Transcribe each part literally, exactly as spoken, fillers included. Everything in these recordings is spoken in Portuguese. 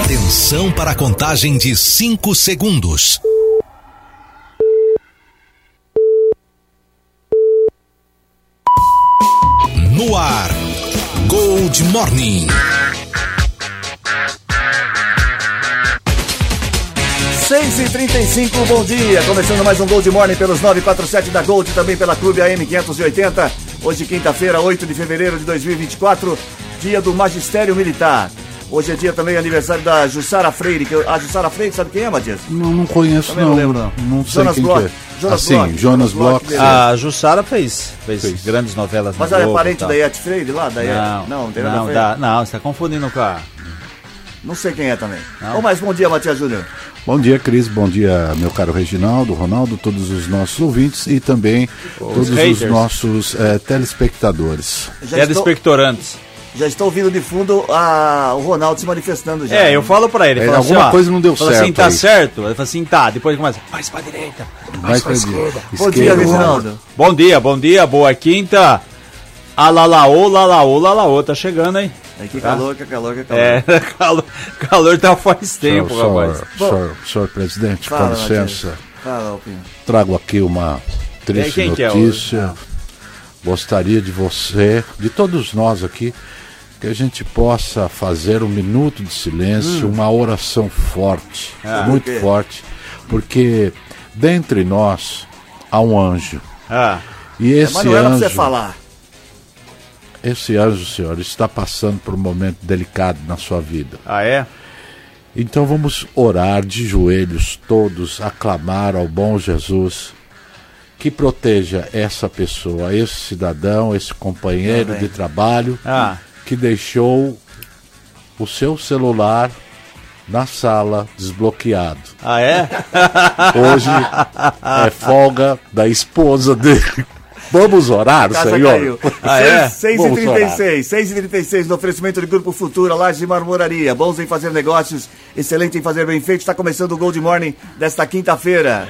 Atenção para a contagem de cinco segundos. No ar, Gold Morning. seis e trinta e cinco, bom dia. Começando mais um Gold Morning pelos nove quatro sete da Gold, também pela Clube A M quinhentos e oitenta. Hoje, quinta-feira, oito de fevereiro de dois mil e vinte e quatro, dia do Magistério Militar. Hoje é dia também aniversário da Jussara Freire. Que eu, a Jussara Freire, sabe quem é, Matias? Não, não conheço, também não. Não lembro, não. Não sei Jonas quem Bloch. que é. Jonas ah, sim, Bloch. Jonas, Jonas Bloch. Bloch, A Jussara fez, fez, fez grandes novelas. Mas na ela é Globo, parente tal. da Iete Freire lá? Da Iete? Não, não, tem não, nada a ver. dá, não, você tá confundindo com a... Não sei quem é também. Não. Bom, mas bom dia, Matias Júnior. Bom dia, Cris. Bom dia, meu caro Reginaldo, Ronaldo, todos os nossos ouvintes e também Os todos haters. os nossos eh, telespectadores. Já É de estou, expectorantes. já estou ouvindo de fundo a, o Ronaldo se manifestando já. É, eu falo pra ele. É, falo alguma assim, ó, coisa não deu fala certo assim, tá aí. certo? Ele fala assim, tá. Depois começa, mais pra direita, mais Vai pra pra esquerda. Bom dia, Reginaldo. Bom dia, bom dia, boa quinta. Alalaô, lalaô, lalaô, tá chegando, hein? É, que calor, que calor, que calor. É, calor, calor tá faz tempo, senhor, rapaz. senhor, senhor, senhor presidente, Fala, com licença, Matias. Fala, Alpinho. trago aqui uma triste Quem que é o- notícia. Gostaria de você, de todos nós aqui, que a gente possa fazer um minuto de silêncio, Hum. uma oração forte, Ah. muito Por quê? forte, porque dentre nós há um anjo. Ah, E esse Mas não era pra anjo, você falar. esse anjo, senhor, está passando por um momento delicado na sua vida. ah é? Então vamos orar de joelhos todos, aclamar ao bom Jesus que proteja essa pessoa, esse cidadão, esse companheiro Amém. de trabalho Ah. que deixou o seu celular na sala desbloqueado. Ah é? Hoje é folga da esposa dele. Vamos orar, Casa Senhor. caiu. Ah, é? seis e Vamos trinta e orar. seis, seis e trinta e seis no oferecimento de Grupo Futura, Laje de Marmoraria. Bons em fazer negócios, excelente em fazer bem feito. Está começando o Gold Morning desta quinta-feira.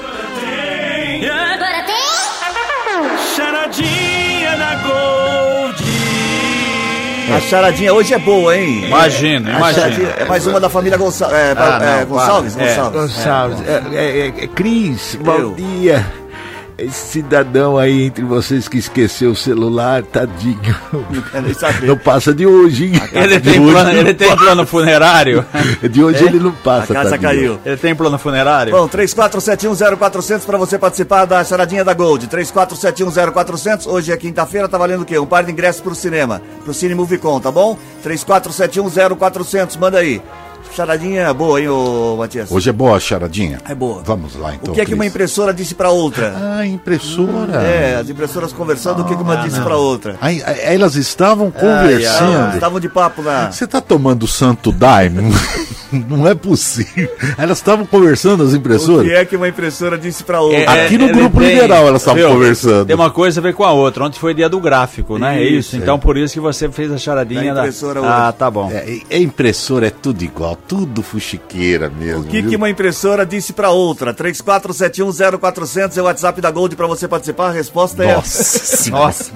Charadinha na Gold. A charadinha hoje é boa, hein? Imagina, A charadinha imagina. é mais uma da família Gonça- é, Ah, é, não, Gonçalves. para. É. Gonçalves. Gonçalves, é, é, é, é, Cris, Eu. bom dia. Esse cidadão aí entre vocês que esqueceu o celular, tadinho. Não quero nem saber. Não passa de hoje, hein? Ele De tem, hoje plano, não ele tem plano funerário? passa. De hoje ele não A passa, casa tadinho. caiu. Ele tem plano funerário? Bom, três quatro sete um zero quatro zero zero para você participar da charadinha da Gold. três quatro sete um zero quatro zero zero. Hoje é quinta-feira, tá valendo o quê? Um par de ingressos pro cinema, pro Cine Movicon, tá bom? três quatro sete um zero quatro zero zero, manda aí. Charadinha boa, hein, ô Matias? Hoje é boa a charadinha? É boa. Vamos lá, então. O que é que uma Cris. impressora disse pra outra? Ah, impressora. É, as impressoras conversando, o que que uma disse pra outra? Aí, aí elas estavam Ai, conversando. estavam de papo na... Você tá tomando Santo Daime? Não é possível. Elas estavam conversando, as O impressoras? que é que uma impressora disse pra outra? É, Aqui no ele grupo tem- liberal elas estavam viu? conversando. Tem uma coisa a ver com a outra. Ontem foi dia do gráfico, né? É isso. Isso, Então por isso que você fez a charadinha Da da. impressora Ah, hoje. tá bom. É, é impressora, é tudo igual, tudo fuxiqueira mesmo. O que, viu? que uma impressora disse pra outra? três quatro sete um zero quatro zero zero é o WhatsApp da Gold pra você participar. A resposta é... Nossa senhora. Nossa.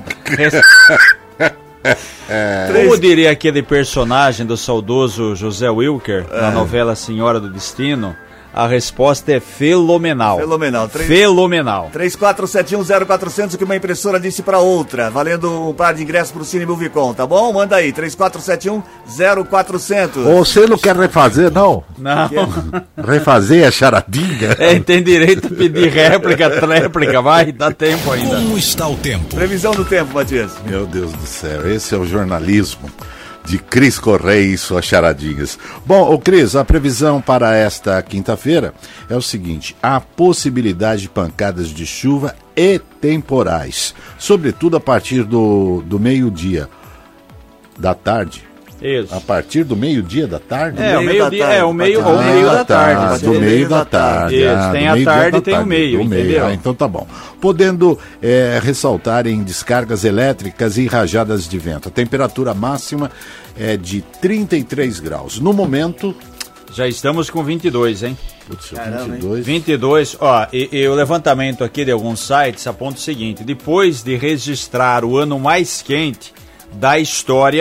Como diria aquele personagem do saudoso José Wilker, na novela Senhora do Destino, a resposta é fenomenal. Fenomenal. Três- Fenomenal. três quatro sete um zero quatro zero zero, o que uma impressora disse pra outra, valendo um par de ingressos pro Cine Movicon, tá bom? Manda aí, três quatro sete um zero quatro zero zero. Você não quer refazer, não? Não. Refazer a charadinha? É, tem direito a pedir réplica, tréplica, vai, dá tempo ainda. Como está o tempo? Previsão do tempo, Matias. Meu Deus do céu, esse é o jornalismo de Cris Correia e suas charadinhas. Bom, ô Cris, a previsão para esta quinta-feira é o seguinte: há possibilidade de pancadas de chuva e temporais, sobretudo a partir do, do meio-dia da tarde. Isso. A partir do meio-dia da tarde? É, o meio meio da dia, tarde, é o meio a partir ou do meio meio da da tarde. tarde. Ah, do meio da tarde. Isso, ah, tem do a meio-dia tarde da e tem o meio, do entendeu? Ah, então tá bom. Podendo é, ressaltar em descargas elétricas e rajadas de vento. A temperatura máxima é de trinta e três graus. No momento... Já estamos com vinte e dois, hein? Putz, Caramba, vinte e dois. vinte e dois, ó, e, e o levantamento aqui de alguns sites aponta o seguinte: depois de registrar o ano mais quente da história,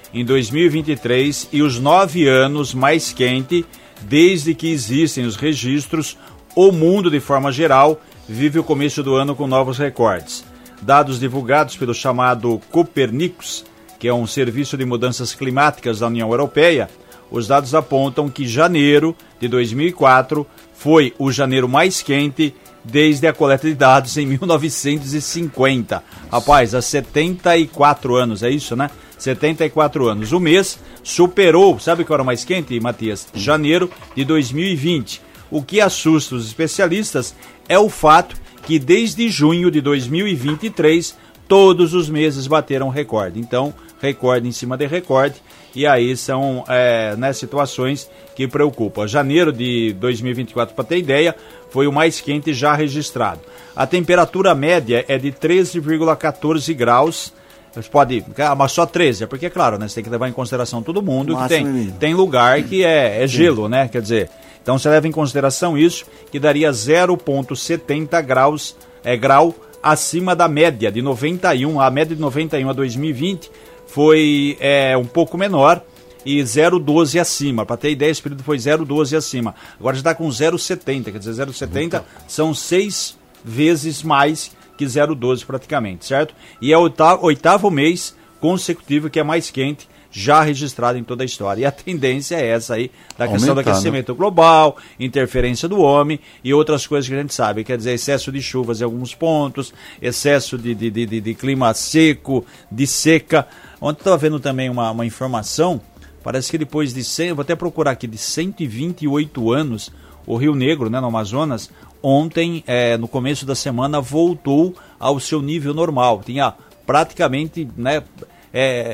em dois mil e vinte e três e os nove anos mais quente desde que existem os registros. O mundo, de forma geral, vive o começo do ano com novos recordes. Dados divulgados pelo chamado Copernicus, que é um serviço de mudanças climáticas da União Europeia, os dados apontam que janeiro de dois mil e quatro foi o janeiro mais quente desde a coleta de dados em mil novecentos e cinquenta. Rapaz, há setenta e quatro anos, é isso, né? setenta e quatro anos. O mês superou, sabe qual era o mais quente, Matias? Janeiro de dois mil e vinte. O que assusta os especialistas é o fato que desde junho de dois mil e vinte e três todos os meses bateram recorde. Então, recorde em cima de recorde, e aí são é, né, situações que preocupam. Janeiro de dois mil e vinte e quatro, para ter ideia, foi o mais quente já registrado. A temperatura média é de treze vírgula quatorze graus. Você pode, mas só treze, porque é claro, né, você tem que levar em consideração todo mundo, que tem, tem lugar que é, é gelo, né, quer dizer, então você leva em consideração isso, que daria zero vírgula setenta graus, é, grau acima da média de noventa e um, a média de noventa e um a dois mil e vinte foi é, um pouco menor, e zero vírgula doze acima. Para ter ideia, esse período foi zero vírgula doze acima. Agora já está com zero vírgula setenta, quer dizer, zero vírgula setenta são seis vezes mais que zero vírgula doze praticamente, certo? E é o oitavo, oitavo mês consecutivo que é mais quente já registrado em toda a história. E a tendência é essa aí, da questão do aquecimento global, interferência do homem e outras coisas que a gente sabe. Quer dizer, excesso de chuvas em alguns pontos, excesso de, de, de, de, de clima seco, de seca. Ontem eu estava vendo também uma, uma informação, parece que depois de cem, vou até procurar aqui, de cento e vinte e oito anos, o Rio Negro, né, no Amazonas, ontem, é, no começo da semana, voltou ao seu nível normal. Tinha praticamente, né, é,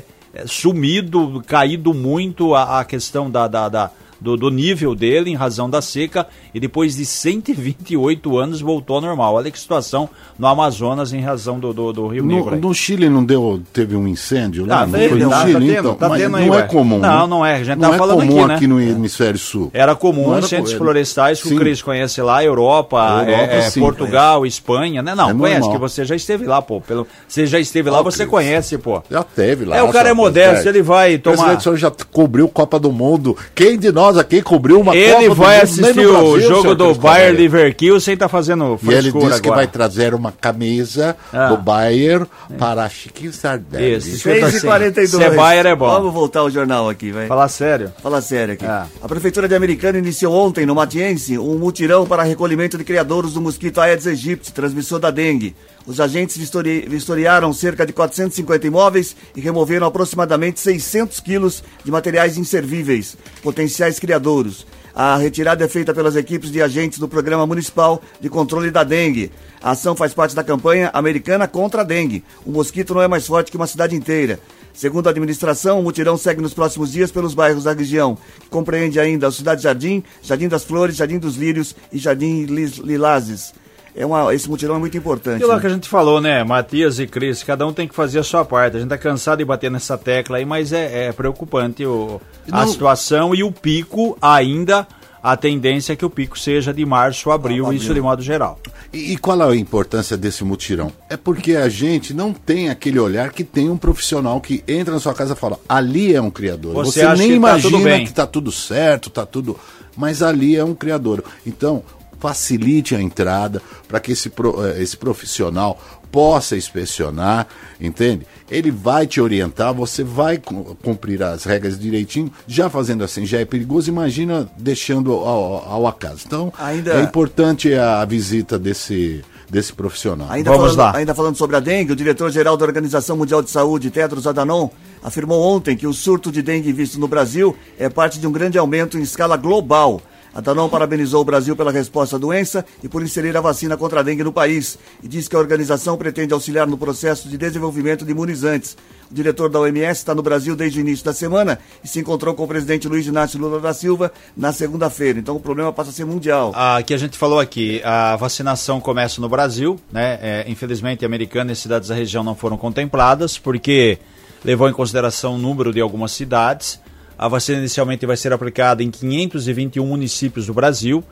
sumido, caído muito a, a questão da, da, da, do, do nível dele em razão da seca, e depois de cento e vinte e oito anos voltou ao normal. Olha que situação no Amazonas em razão do, do, do Rio no, Negro. Aí. No Chile não deu, teve um incêndio lá? Ah, não teve, foi no tá, Chile, tá tendo, então? tá Mas tendo não aí, é ué. comum. Não, né? não é. A gente não tá é falando comum aqui, né? aqui no hemisfério sul. Era comum não em centros era... florestais que sim. o Cris conhece lá, Europa, Europa é, é, sim, Portugal, conhece. Espanha, né? Não, é conhece, normal. que você já esteve lá, pô. Pelo... Você já esteve lá, Ó, você Cris, conhece, pô. Já teve lá. É, o cara é modesto, ele vai tomar... O presidente, o senhor já cobriu Copa do Mundo. Quem de nós aqui cobriu uma ele Copa do Mundo? Ele vai assistir o Brasil, jogo do Bayer Leverkusen sem tá fazendo frescura. E ele disse agora. que vai trazer uma camisa ah. do Bayer para Chiquinho Sardelli. Isso, seis e quarenta e dois. Se Bayer é bom. Vamos voltar ao jornal aqui, vai. Falar sério. Fala sério aqui. Ah. A Prefeitura de Americana iniciou ontem, no Matiense, um mutirão para recolhimento de criadouros do mosquito Aedes aegypti, transmissor da dengue. Os agentes vistori... vistoriaram cerca de quatrocentos e cinquenta imóveis e removeram aproximadamente seiscentos quilos de materiais inservíveis, potenciais criadouros. A retirada é feita pelas equipes de agentes do Programa Municipal de Controle da Dengue. A ação faz parte da campanha Americana contra a Dengue. O mosquito não é mais forte que uma cidade inteira. Segundo a administração, o mutirão segue nos próximos dias pelos bairros da região, que compreende ainda o Cidade Jardim, Jardim das Flores, Jardim dos Lírios e Jardim Lilazes. É uma, esse mutirão é muito importante. Aquilo né? que a gente falou, né, Matias e Cris, cada um tem que fazer a sua parte. A gente tá cansado de bater nessa tecla aí, mas é, é preocupante o, a Não... situação, e o pico ainda, a tendência é que o pico seja de março, abril, ah, isso de modo geral. E, e qual é a importância desse mutirão? É porque a gente não tem aquele olhar que tem um profissional que entra na sua casa e fala, ali é um criador. Você, Você nem que imagina tá tudo bem. que tá tudo certo, tá tudo... Mas ali é um criador. Então... facilite a entrada para que esse, pro, esse profissional possa inspecionar, entende? Ele vai te orientar, você vai cumprir as regras direitinho, já fazendo assim, já é perigoso, imagina deixando ao, ao acaso. Então, Ainda... é importante a visita desse... desse profissional. Ainda Vamos falando, lá. Ainda falando sobre a dengue, o diretor-geral da Organização Mundial de Saúde, Tedros Adhanom, afirmou ontem que o surto de dengue visto no Brasil é parte de um grande aumento em escala global. Adhanom parabenizou o Brasil pela resposta à doença e por inserir a vacina contra a dengue no país, e disse que a organização pretende auxiliar no processo de desenvolvimento de imunizantes. O diretor da O M S está no Brasil desde o início da semana e se encontrou com o presidente Luiz Inácio Lula da Silva na segunda-feira. Então o problema passa a ser mundial. Ah, que a gente falou aqui, a vacinação começa no Brasil, né? É, infelizmente, Americana e cidades da região não foram contempladas, porque levou em consideração o número de algumas cidades. A vacina inicialmente vai ser aplicada em quinhentos e vinte e um municípios do Brasil,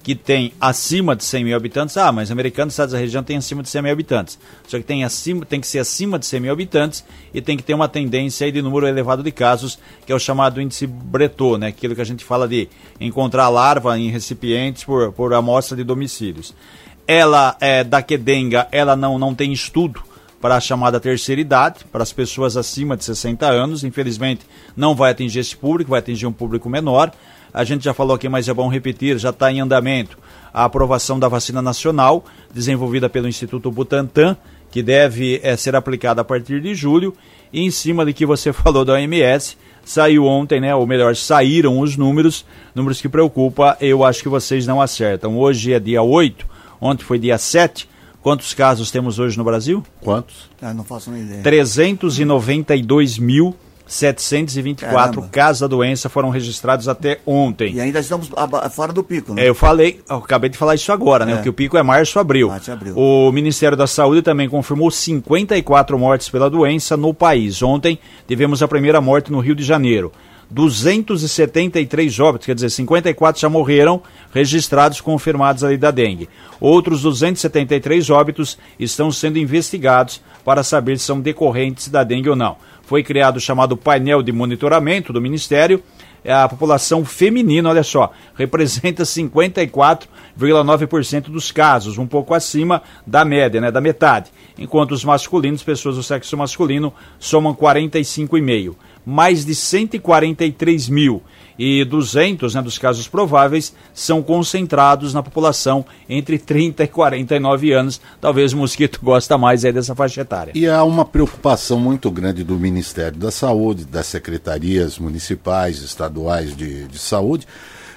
que tem acima de cem mil habitantes. Ah, mas Americana, estados da região, tem acima de cem mil habitantes. Só que tem, acima, tem que ser acima de cem mil habitantes e tem que ter uma tendência aí de número elevado de casos, que é o chamado índice Breton, né? Aquilo que a gente fala de encontrar larva em recipientes por, por amostra de domicílios. Ela, é, da Qdenga, ela não, não tem estudo para a chamada terceira idade, para as pessoas acima de sessenta anos. Infelizmente, não vai atingir esse público, vai atingir um público menor. A gente já falou aqui, mas é bom repetir, já está em andamento a aprovação da vacina nacional, desenvolvida pelo Instituto Butantan, que deve é, ser aplicada a partir de julho. E em cima de que você falou da O M S, saiu ontem, né? Ou melhor, saíram os números, números que preocupam, eu acho que vocês não acertam. Hoje é dia oito, ontem foi dia sete. Quantos casos temos hoje no Brasil? Quantos? Ah, não faço nem ideia. trezentos e noventa e dois mil setecentos e vinte e quatro Caramba. casos da doença foram registrados até ontem. E ainda estamos aba- fora do pico, né? É, eu falei, eu acabei de falar isso agora, né? É. Porque o pico é março, abril. Março, abril. O Ministério da Saúde também confirmou cinquenta e quatro mortes pela doença no país. Ontem tivemos a primeira morte no Rio de Janeiro. duzentos e setenta e três óbitos, quer dizer, cinquenta e quatro já morreram, registrados, confirmados ali da dengue. Outros duzentos e setenta e três óbitos estão sendo investigados para saber se são decorrentes da dengue ou não. Foi criado o chamado painel de monitoramento do Ministério. A população feminina, olha só, representa cinquenta e quatro vírgula nove por cento dos casos, um pouco acima da média, né, da metade. Enquanto os masculinos, pessoas do sexo masculino, somam quarenta e cinco vírgula cinco por cento. Mais de cento e quarenta e três mil e duzentos, né, dos casos prováveis são concentrados na população entre trinta e quarenta e nove anos. Talvez o mosquito gosta mais aí dessa faixa etária. E há uma preocupação muito grande do Ministério da Saúde, das secretarias municipais, estaduais de, de saúde.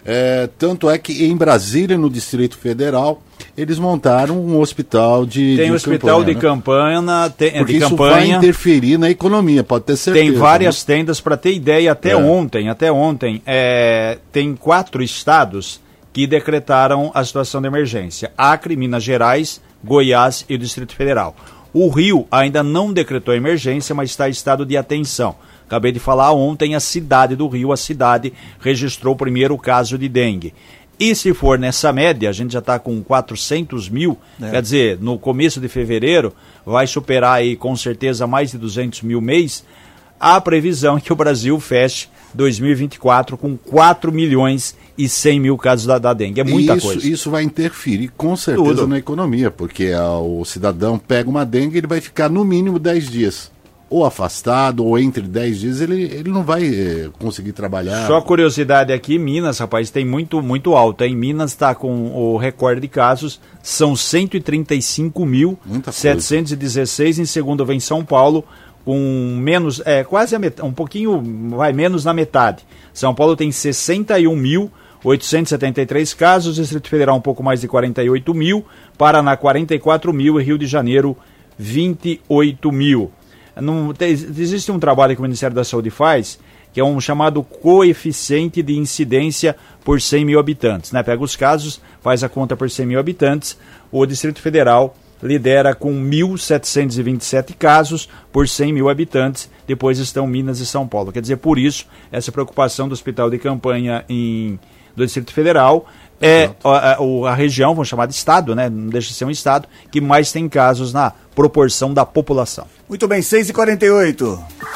É, tanto é que em Brasília, no Distrito Federal, eles montaram um hospital de Tem de um hospital campanha, de né? campanha, tem, Porque de isso campanha. vai interferir na economia, pode ter certeza. Tem várias né? tendas, para ter ideia, até É. ontem, até ontem, é, tem quatro estados que decretaram a situação de emergência: Acre, Minas Gerais, Goiás e o Distrito Federal. O Rio ainda não decretou emergência, mas está em estado de atenção. Acabei de falar ontem, a cidade do Rio, a cidade registrou o primeiro caso de dengue. E se for nessa média, a gente já está com quatrocentos mil, É. quer dizer, no começo de fevereiro, vai superar aí com certeza mais de duzentos mil mês. A previsão é que o Brasil feche dois mil e vinte e quatro com quatro milhões e cem mil casos da, da dengue. É muita isso, coisa. Isso vai interferir com certeza Tudo. na economia, porque a, o cidadão pega uma dengue, ele vai ficar no mínimo dez dias. Ou afastado, ou entre dez dias, ele, ele não vai eh, conseguir trabalhar. Só curiosidade aqui, Minas, rapaz, tem muito, muito alto. Em Minas está com o recorde de casos, são cento e trinta e cinco mil setecentos e dezesseis. Em segundo vem São Paulo, com menos, é, quase a metade, um pouquinho, vai menos na metade. São Paulo tem sessenta e um mil oitocentos e setenta e três casos, Distrito Federal um pouco mais de quarenta e oito mil, Paraná quarenta e quatro mil e Rio de Janeiro vinte e oito mil. Não, tem, existe um trabalho que o Ministério da Saúde faz, que é um chamado coeficiente de incidência por cem mil habitantes. Né? Pega os casos, faz a conta por cem mil habitantes, o Distrito Federal lidera com mil setecentos e vinte e sete casos por cem mil habitantes, depois estão Minas e São Paulo. Quer dizer, por isso, essa preocupação do hospital de campanha em, do Distrito Federal é a, a, a região, vamos chamar de estado, né? Não deixa de ser um estado, que mais tem casos na proporção da população. Muito bem, seis e quarenta e oito.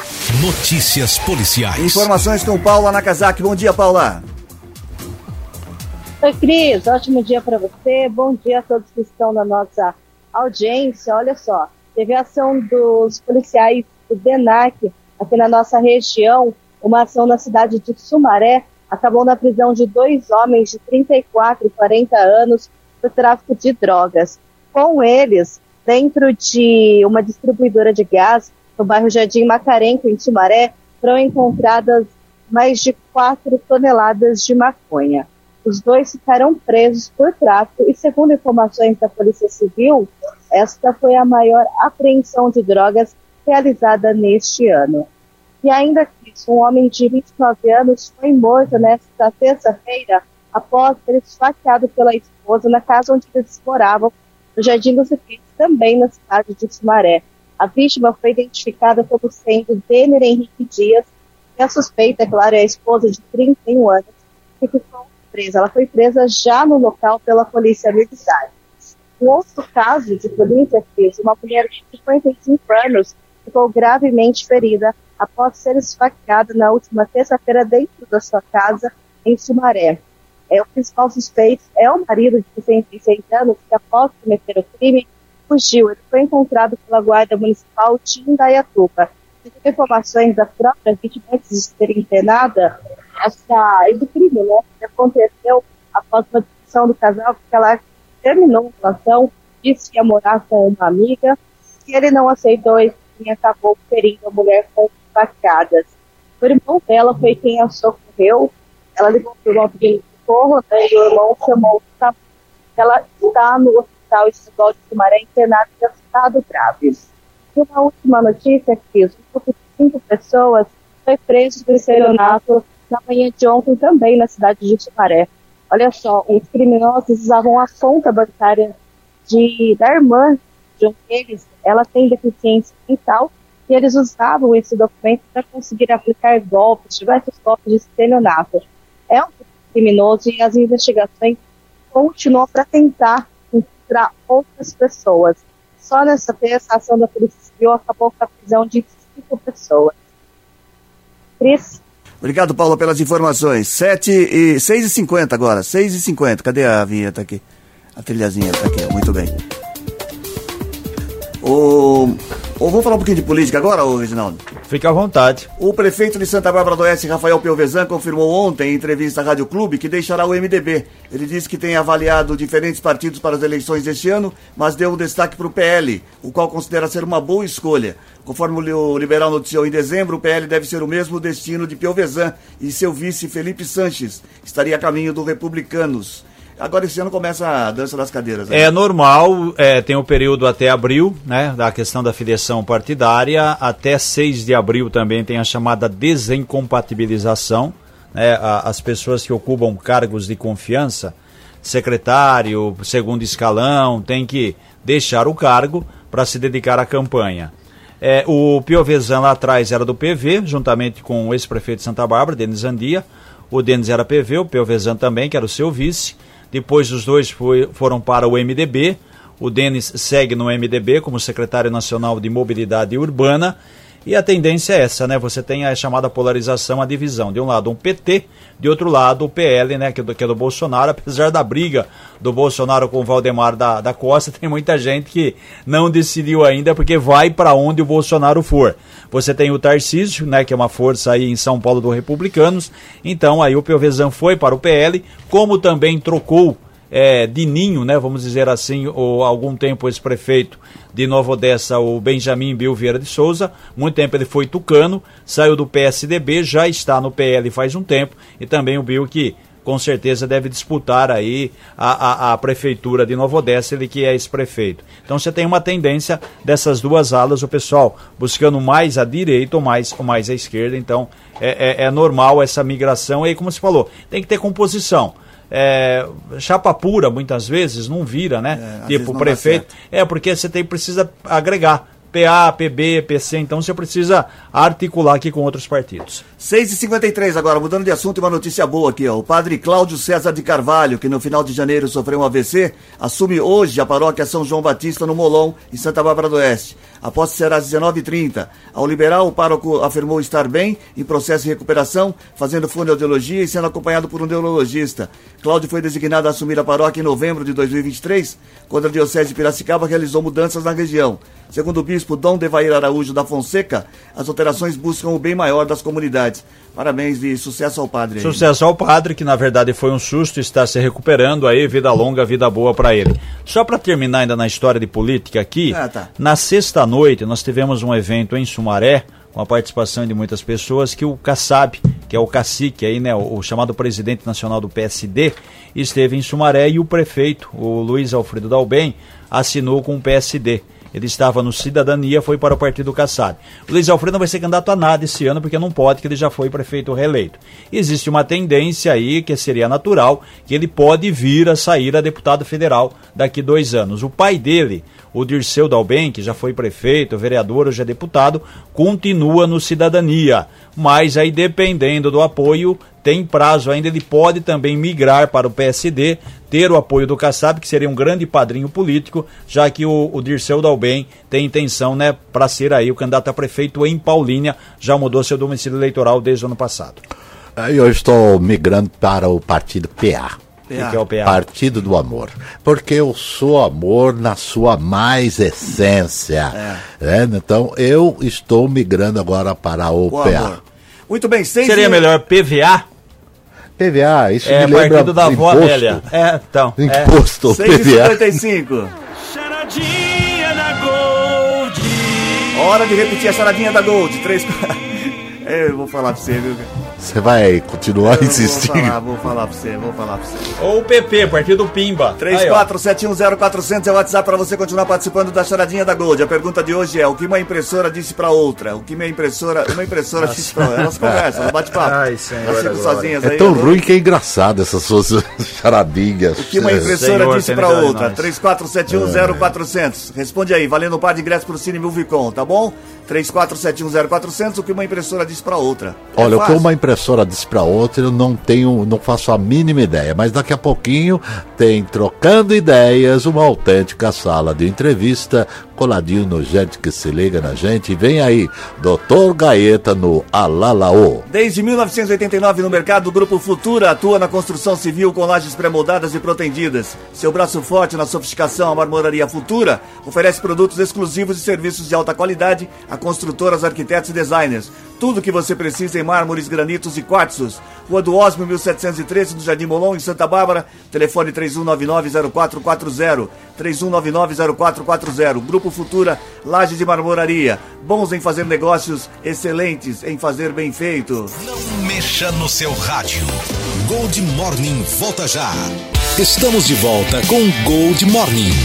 Notícias policiais. Informações com Paula Nakazaki. Bom dia, Paula. Oi, Cris. Ótimo dia para você. Bom dia a todos que estão na nossa audiência. Olha só, teve a ação dos policiais do DENAC aqui na nossa região, uma ação na cidade de Sumaré, acabou na prisão de dois homens de trinta e quatro e quarenta anos por tráfico de drogas. Com eles, dentro de uma distribuidora de gás, no bairro Jardim Macarenco, em Sumaré, foram encontradas mais de quatro toneladas de maconha. Os dois ficaram presos por tráfico e, segundo informações da Polícia Civil, esta foi a maior apreensão de drogas realizada neste ano. E ainda que um homem de vinte e nove anos foi morto nesta terça-feira após ser esfaqueado pela esposa na casa onde eles moravam, no Jardim dos Efeitos, também na cidade de Sumaré. A vítima foi identificada como sendo Denner Henrique Dias, e a suspeita, é claro, é a esposa de trinta e um anos, que ficou presa. Ela foi presa já no local pela polícia militar. Um outro caso de polícia fez uma mulher de cinquenta e cinco anos ficou gravemente ferida após ser esfaqueada na última terça-feira dentro da sua casa em Sumaré. É, o principal suspeito é o marido de sessenta e seis anos que, após cometer o crime, fugiu. Ele foi encontrado pela Guarda Municipal de Indaiatuba. Segundo informações da própria vítima, antes de ser internada, essa, esse crime, né, que aconteceu após uma discussão do casal, porque ela terminou a relação, disse que ia morar com uma amiga, e ele não aceitou e acabou ferindo a mulher com facadas. O irmão dela foi quem a socorreu. Ela ligou para o nome de socorro, né, e o irmão chamou o SAMU. Ela está no hospital estadual de Sumaré internada em estado grave. E uma última notícia que um grupo de cinco pessoas foi preso por estelionato na manhã de ontem também na cidade de Sumaré. Olha só, os criminosos usavam a conta bancária de, da irmã de um deles. Ela tem deficiência mental e eles usavam esse documento para conseguir aplicar golpes, diversos golpes de estelionato. É um criminoso e as investigações continuam para tentar encontrar outras pessoas. Só nessa terça, a ação da Polícia Civil acabou com a prisão de cinco pessoas. Cris? Obrigado, Paulo, pelas informações. sete e seis e cinquenta agora, seis e cinquenta. Cadê a vinheta aqui? A trilhazinha tá aqui, muito bem. O... Ou vamos falar um pouquinho de política agora, ô Reginaldo? Fique à vontade. O prefeito de Santa Bárbara do Oeste, Rafael Piovesan, confirmou ontem em entrevista à Rádio Clube que deixará o M D B. Ele disse que tem avaliado diferentes partidos para as eleições deste ano, mas deu um destaque para o P L, o qual considera ser uma boa escolha. Conforme o Liberal noticiou em dezembro, o P L deve ser o mesmo destino de Piovesan e seu vice Felipe Sanches estaria a caminho do Republicanos. Agora esse ano começa a dança das cadeiras. Né? É normal, é, tem o período até abril, né, da questão da filiação partidária, até seis de abril também tem a chamada desincompatibilização, né, a, as pessoas que ocupam cargos de confiança, secretário, segundo escalão, tem que deixar o cargo para se dedicar à campanha. É, o Piovesan lá atrás era do P V, juntamente com o ex-prefeito de Santa Bárbara, Denis Andia. O Denis era P V, o Piovesan também, que era o seu vice. Depois os dois foi, foram para o M D B. O Denis segue no M D B como secretário nacional de mobilidade urbana. E a tendência é essa, né? Você tem a chamada polarização, a divisão. De um lado um P T, de outro lado o P L, né? Que é do, que é do Bolsonaro. Apesar da briga do Bolsonaro com o Valdemar da, da Costa, tem muita gente que não decidiu ainda porque vai para onde o Bolsonaro for. Você tem o Tarcísio, né? Que é uma força aí em São Paulo do Republicanos. Então aí o Piovesan foi para o P L, como também trocou É, de ninho, né, vamos dizer assim, ou algum tempo esse prefeito de Nova Odessa, o Benjamin Bill Vieira de Souza, muito tempo ele foi tucano, saiu do P S D B, já está no P L faz um tempo, e também o Bill que com certeza deve disputar aí a, a, a prefeitura de Nova Odessa, ele que é ex-prefeito. Então você tem uma tendência dessas duas alas, o pessoal buscando mais à direita ou mais, ou mais à esquerda, então é, é, é normal essa migração, aí como você falou, tem que ter composição. É, chapa pura muitas vezes não vira, né? É, tipo prefeito. É, porque você tem, precisa agregar P A, P B, P C, então você precisa articular aqui com outros partidos. seis e cinquenta e três agora, mudando de assunto, uma notícia boa aqui, ó. O padre Cláudio César de Carvalho, que no final de janeiro sofreu um A V C, assume hoje a paróquia São João Batista no Molon, em Santa Bárbara do Oeste. A posse será às dezenove e trinta. Ao liberar, o pároco afirmou estar bem, em processo de recuperação, fazendo fonoaudiologia e sendo acompanhado por um neurologista. Cláudio foi designado a assumir a paróquia em novembro de dois mil e vinte e três, quando a Diocese de Piracicaba realizou mudanças na região. Segundo o bispo Dom Devair Araújo da Fonseca, as alterações buscam o bem maior das comunidades. Parabéns e sucesso ao padre. Aí. Sucesso ao padre, que na verdade foi um susto, está se recuperando aí, vida longa, vida boa para ele. Só para terminar ainda na história de política aqui, ah, tá. Na sexta-noite nós tivemos um evento em Sumaré, com a participação de muitas pessoas, que o Kassab, que é o cacique aí, né, o, o chamado presidente nacional do P S D, esteve em Sumaré e o prefeito, o Luiz Alfredo Dalben, assinou com o P S D. Ele estava no Cidadania, foi para o partido Kassab. O Luiz Alfredo não vai ser candidato a nada esse ano, porque não pode, que ele já foi prefeito reeleito. Existe uma tendência aí, que seria natural, que ele pode vir a sair a deputado federal daqui dois anos. O pai dele, o Dirceu Dalben, que já foi prefeito, vereador, hoje é deputado, continua no Cidadania. Mas aí, dependendo do apoio, tem prazo ainda, ele pode também migrar para o P S D, ter o apoio do Kassab, que seria um grande padrinho político, já que o, o Dirceu Dalben tem intenção, né, para ser aí o candidato a prefeito em Paulínia, já mudou seu domicílio eleitoral desde o ano passado. Eu estou migrando para o partido P A. O que é o P A? Partido do Amor. Porque eu sou amor na sua mais essência. É. É, então eu estou migrando agora para o, o P A. Amor. Muito bem, seis Seria e... melhor P V A? P V A, isso é, me lembra partido da avó imposto. velha. É, então. Imposto, é. P V A. seis e cinquenta e cinco. Charadinha da Gold. Hora de repetir a charadinha da Gold. Três... Eu vou falar pra você, viu? Você vai continuar Eu insistindo? Vou falar, vou falar pra você, vou falar pra você. Ou o P P, Partido Pimba. três quatro sete um zero quatro zero zero é o WhatsApp para você continuar participando da charadinha da Gold. A pergunta de hoje é: o que uma impressora disse pra outra? O que uma impressora, uma impressora disse pra outra? Elas conversam, elas bate papo. Ai, senhor, elas ficam sozinhas É aí. tão eu vou- ruim que é engraçado essas suas charadinhas. O que uma impressora Senhor, disse tem pra misericórdia de outra? nós. três quatro sete um zero quatro zero zero. Responde aí, valendo um par de ingressos pro Cine Movicon, tá bom? três quatro sete um zero quatro zero zero. O que uma impressora disse pra outra? É Olha, o que fácil. uma impressora disse para outra, eu não tenho, não faço a mínima ideia, mas daqui a pouquinho tem Trocando Ideias, uma autêntica sala de entrevista, coladinho no gente que se liga na gente. E vem aí, doutor Gaeta no Alalaô. Desde mil novecentos e oitenta e nove no mercado, o Grupo Futura atua na construção civil com lajes pré-moldadas e protendidas. Seu braço forte na sofisticação, a Marmoraria Futura oferece produtos exclusivos e serviços de alta qualidade a construtoras, arquitetos e designers. Tudo o que você precisa em mármores, granitos e quartzos. Rua do Osmo, mil setecentos e treze, no Jardim Molon, em Santa Bárbara. Telefone três um nove nove zero quatro quatro zero. três um nove nove zero quatro quatro zero. Grupo Futura, Lajes de Marmoraria. Bons em fazer negócios, excelentes em fazer bem feito. Não mexa no seu rádio. Gold Morning volta já. Estamos de volta com Gold Morning.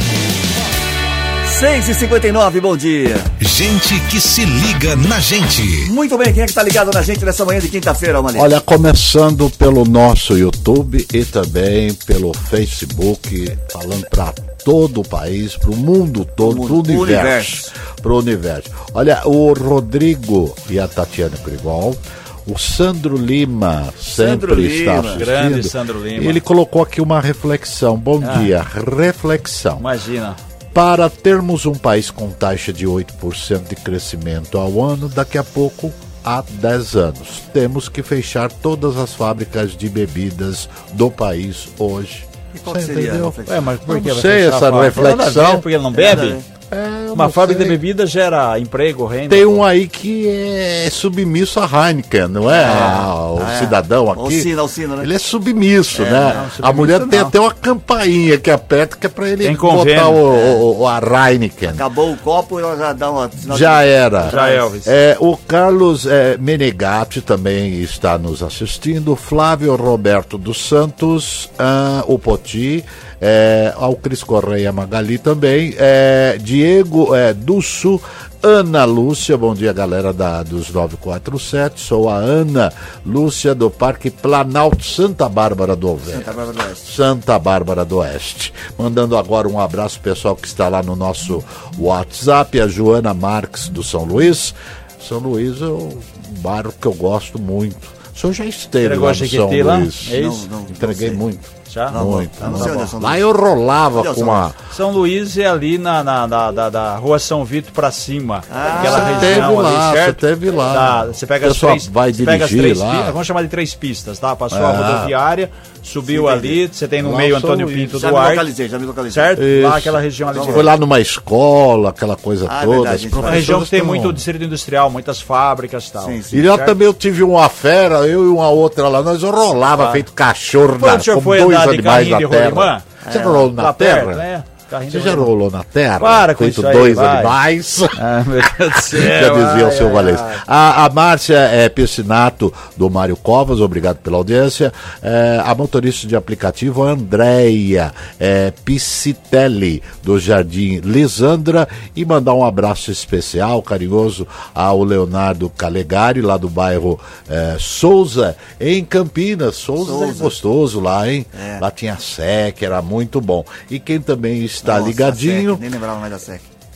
seis e cinquenta e nove, bom dia. Gente que se liga na gente. Muito bem, quem é que tá ligado na gente nessa manhã de quinta-feira, Almalê? Olha, começando pelo nosso YouTube e também pelo Facebook, falando para todo o país, para o mundo todo, para o mundo, universo. Para o universo. Olha, o Rodrigo e a Tatiana Grigol, o Sandro Lima Sandro sempre Lima, está assistindo. grande Sandro Lima. Ele colocou aqui uma reflexão. Bom Ah. dia, reflexão. Imagina. Para termos um país com taxa de oito por cento de crescimento ao ano, daqui a pouco há dez anos, temos que fechar todas as fábricas de bebidas do país hoje. E qual Você seria a entendeu? reflexão? Ué, mas por Não que vai sei, fechar essa a fábrica? Nada a ver, reflexão. porque ele não bebe? É, eu Uma não fábrica sei. de bebida gera emprego, renda. Tem um aí que é submisso a Heineken, não é? Ah, o ah, é. cidadão aqui. Alcina, Alcina, né? Ele é submisso, É, né? não, a submisso mulher tem não. até uma campainha que aperta que é pra ele Tem botar convênio. o, o, a Heineken. Acabou o copo e ela já dá uma... sinal Já de- era. Já, Elvis. É, o Carlos é, Menegatti também está nos assistindo. Flávio Roberto dos Santos, ah, o Poti, é, ao Cris Correia Magali também, é, Diego é, Dussu, Ana Lúcia, bom dia galera da, dos nove quatro sete, sou a Ana Lúcia do Parque Planalto Santa Bárbara do Oeste. Santa Bárbara do Oeste. Santa Bárbara do Oeste. Mandando agora um abraço pro pessoal que está lá no nosso WhatsApp, a Joana Marques do São Luís. São Luís é um bairro que eu gosto muito. O senhor já esteve Você lá gosta no de São Jequiti lá? Luís? É isso? Não, não, Entreguei não sei. muito. Já? Não, Muito. não, não sei onde é São Lá Luís. eu rolava Onde é o com São uma... Luís? São Luís é ali na, na, na, da, da rua São Vito pra cima. Ah, aquela você região teve lá, ali, certo? você teve lá. Tá, você pega O as pessoal três, vai você pega as dirigir três lá. pistas, vamos chamar de três pistas, tá? Passou a Ah. rodoviária, subiu Sim, ali, entendi. você tem no Lá meio o São Antônio Luís. Pinto Já me Duarte, localizei, já me localizei. certo? Isso. Lá aquela região ali. Foi lá numa escola, aquela coisa Ah, é toda. verdade, as gente. Uma região que tem professoras muito tão- distrito industrial, muitas fábricas e tal. Sim, sim. E lá certo? também eu tive uma fera, eu e uma outra lá, nós rolava Ah. feito cachorro Quando na, o senhor como foi dois andar de animais carrinho na de terra. rolimã? Você rolou na Lá terra? perto, né? Carrinho Você de já rolimã. rolou na terra? Para com feito isso aí, dois vai. animais. Ah, meu Deus do céu. Já dizia o ai, seu ai, Valença. ai. A, a Márcia é, Piscinato, do Mário Covas, obrigado pela audiência. É, a motorista de aplicativo, a Andréia é, Piscitelli, do Jardim Lisandra. E mandar um abraço especial, carinhoso, ao Leonardo Calegari, lá do bairro é, Souza, em Campinas. Souza, Souza. é gostoso lá, hein? É. Lá tinha S E C, era muito bom. E quem também está Nossa, ligadinho... a S E C, nem lembrava mais da S E C.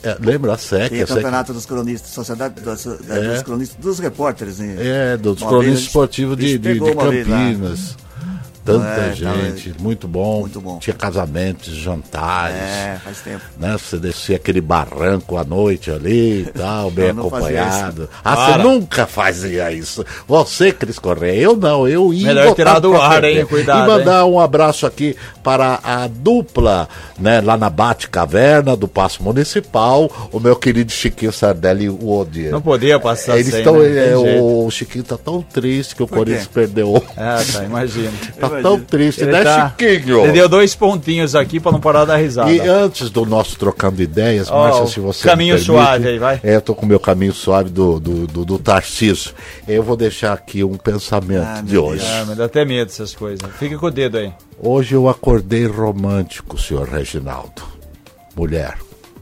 É, lembra a S E C? Tem a campeonato S E C. dos cronistas, sociedade dos, É. dos cronistas, dos repórteres. Hein? É, dos Uma cronistas vez, esportivos de, de, de Campinas. Tanta É, gente, tava- muito bom. muito bom. Tinha casamentos, jantares. É, faz tempo. Né? Você descia aquele barranco à noite ali e tal, bem Eu não fazia acompanhado. Ah, Para. você nunca fazia isso. Você, Cris Correia, eu não, eu ia. Melhor botar tirar do pra ar, ferver. hein? Cuidado, E mandar um abraço aqui para a dupla, né, lá na Bate Caverna do Paço Municipal, o meu querido Chiquinho Sardelli e o Odier. Não podia passar Eles sem, estão, né? é, Tem jeito. o Chiquinho tá tão triste que o Por Corinthians quê? perdeu. Ah, tá, imagino. Tá Imagina. tão triste, Ele né, tá- Chiquinho? Ele deu dois pontinhos aqui pra não parar da risada. E antes do nosso trocando ideias, Ó, Márcia, o se você caminho me permite, suave aí, vai. É, eu tô com o meu caminho suave do, do, do, do Tarcísio. Eu vou deixar aqui um pensamento Ah, de meu hoje. Ah, me dá até medo dessas coisas. Fica com o dedo aí. Hoje eu acordei romântico, senhor Reginaldo. Mulher,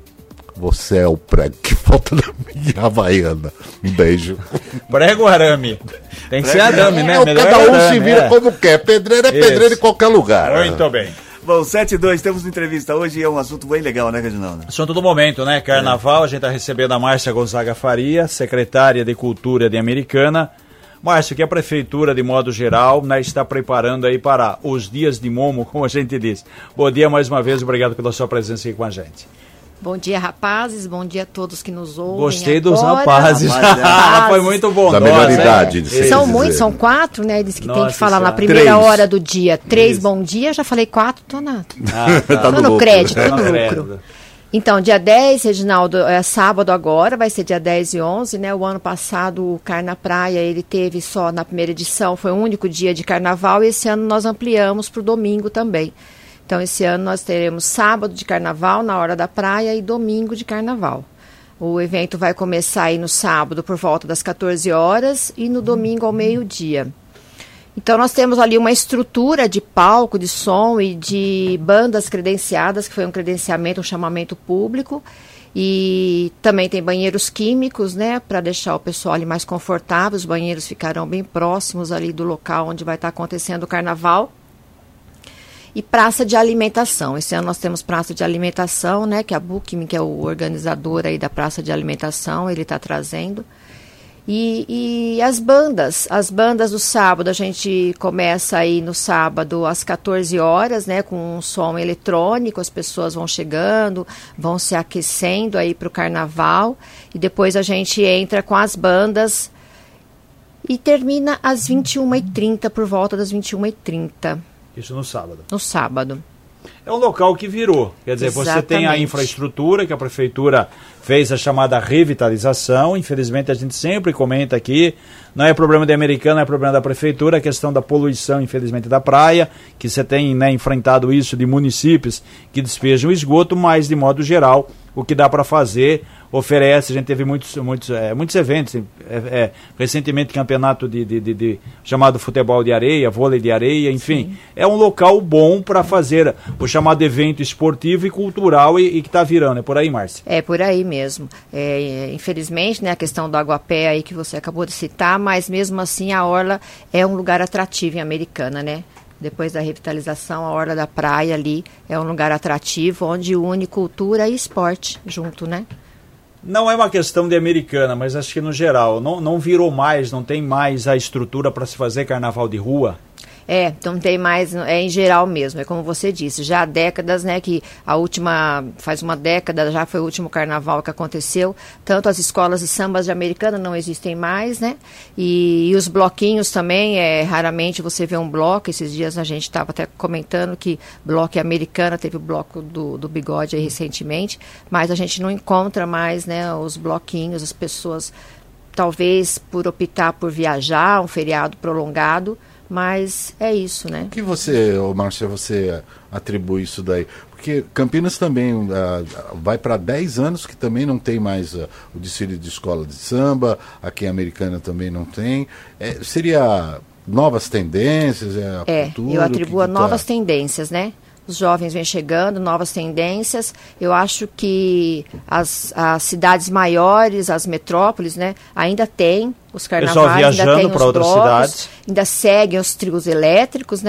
você é o prego que falta na minha Havaiana. Um beijo. Prego ou arame? Tem que ser arame, né? É, Melhor cada um arame, se vira é. como quer. Pedreiro é Isso. pedreiro em qualquer lugar. Muito bem. Bom, sete e dois, temos uma entrevista hoje e é um assunto bem legal, né, Reginaldo? Assunto do momento, né? Carnaval, a gente está recebendo a Márcia Gonzaga Faria, secretária de Cultura de Americana. Márcia, que a Prefeitura, de modo geral, né, está preparando aí para os dias de Momo, como a gente diz. Bom dia mais uma vez, obrigado pela sua presença aqui com a gente. Bom dia, rapazes. Bom dia a todos que nos ouvem. Gostei dos agora. rapazes. Rapaziada. Foi muito bom. Da Nossa, melhor é. idade de ser. São dizer. muitos, são quatro, né? Diz que tem Nossa que falar na Senhora. primeira Três. hora do dia. Três Isso. bom dia, já falei quatro, tô, na, Ah, tá. Tá tô no no lucro. crédito, Tá tô no no crédito. lucro. Então, dia dez, Reginaldo, é sábado agora, vai ser dia dez e onze, né? O ano passado, o Carna Praia, ele teve só na primeira edição, foi o único dia de carnaval, e esse ano nós ampliamos para o domingo também. Então, esse ano nós teremos sábado de carnaval na hora da praia e domingo de carnaval. O evento vai começar aí no sábado por volta das quatorze horas e no domingo ao meio-dia. Então, nós temos ali uma estrutura de palco, de som e de bandas credenciadas, que foi um credenciamento, um chamamento público. E também tem banheiros químicos, né, para deixar o pessoal ali mais confortável. Os banheiros ficarão bem próximos ali do local onde vai estar acontecendo o carnaval. E praça de alimentação. Esse ano nós temos praça de alimentação, né, que a Booking, que é o organizador aí da praça de alimentação, ele está trazendo. E, e as bandas, as bandas do sábado, a gente começa aí no sábado às quatorze horas, né, com um som eletrônico, as pessoas vão chegando, vão se aquecendo aí para o carnaval, e depois a gente entra com as bandas e termina às vinte e uma e trinta, por volta das vinte e uma e trinta, Isso no sábado. no sábado. É um local que virou. Quer dizer, você tem a Exatamente. infraestrutura que a prefeitura fez a chamada revitalização. Infelizmente, a gente sempre comenta aqui, não é problema da Americana, é problema da prefeitura, a questão da poluição, infelizmente, da praia, que você tem, né, enfrentado isso de municípios que despejam esgoto, mas, de modo geral, o que dá para fazer oferece. A gente teve muitos, muitos, é, muitos eventos, é, é, recentemente campeonato de, de, de, de chamado futebol de areia, vôlei de areia, enfim. Sim. É um local bom para fazer o chamado evento esportivo e cultural e, e que está virando. É por aí, Márcia? É por aí mesmo. É, infelizmente, né, a questão do Aguapé aí que você acabou de citar, mas mesmo assim a Orla é um lugar atrativo em Americana, né? Depois da revitalização, a Orla da Praia ali é um lugar atrativo, onde une cultura e esporte junto, né? Não é uma questão de Americana, mas acho que no geral, não, não virou mais, não tem mais a estrutura para se fazer carnaval de rua? É, não tem mais, é em geral mesmo, é como você disse, já há décadas, né, que a última, faz uma década, já foi o último carnaval que aconteceu, tanto as escolas de sambas de Americana não existem mais, né, e, e os bloquinhos também, é, raramente você vê um bloco. Esses dias a gente estava até comentando que bloco é Americana, teve o bloco do, do Bigode aí recentemente, mas a gente não encontra mais, né, os bloquinhos, as pessoas, talvez por optar por viajar, um feriado prolongado, mas é isso, né? O que você, ô Márcia, você atribui isso daí? Porque Campinas também uh, vai para dez anos que também não tem mais uh, o desfile de escola de samba, aqui em Americana também não tem. É, seria novas tendências? É, a é cultura, eu atribuo a que novas tá... tendências, né? Os jovens vêm chegando, novas tendências. Eu acho que as, as cidades maiores, as metrópoles, né, ainda têm os carnavais, ainda tem os para outras blocos, cidades. ainda seguem os trios elétricos, né?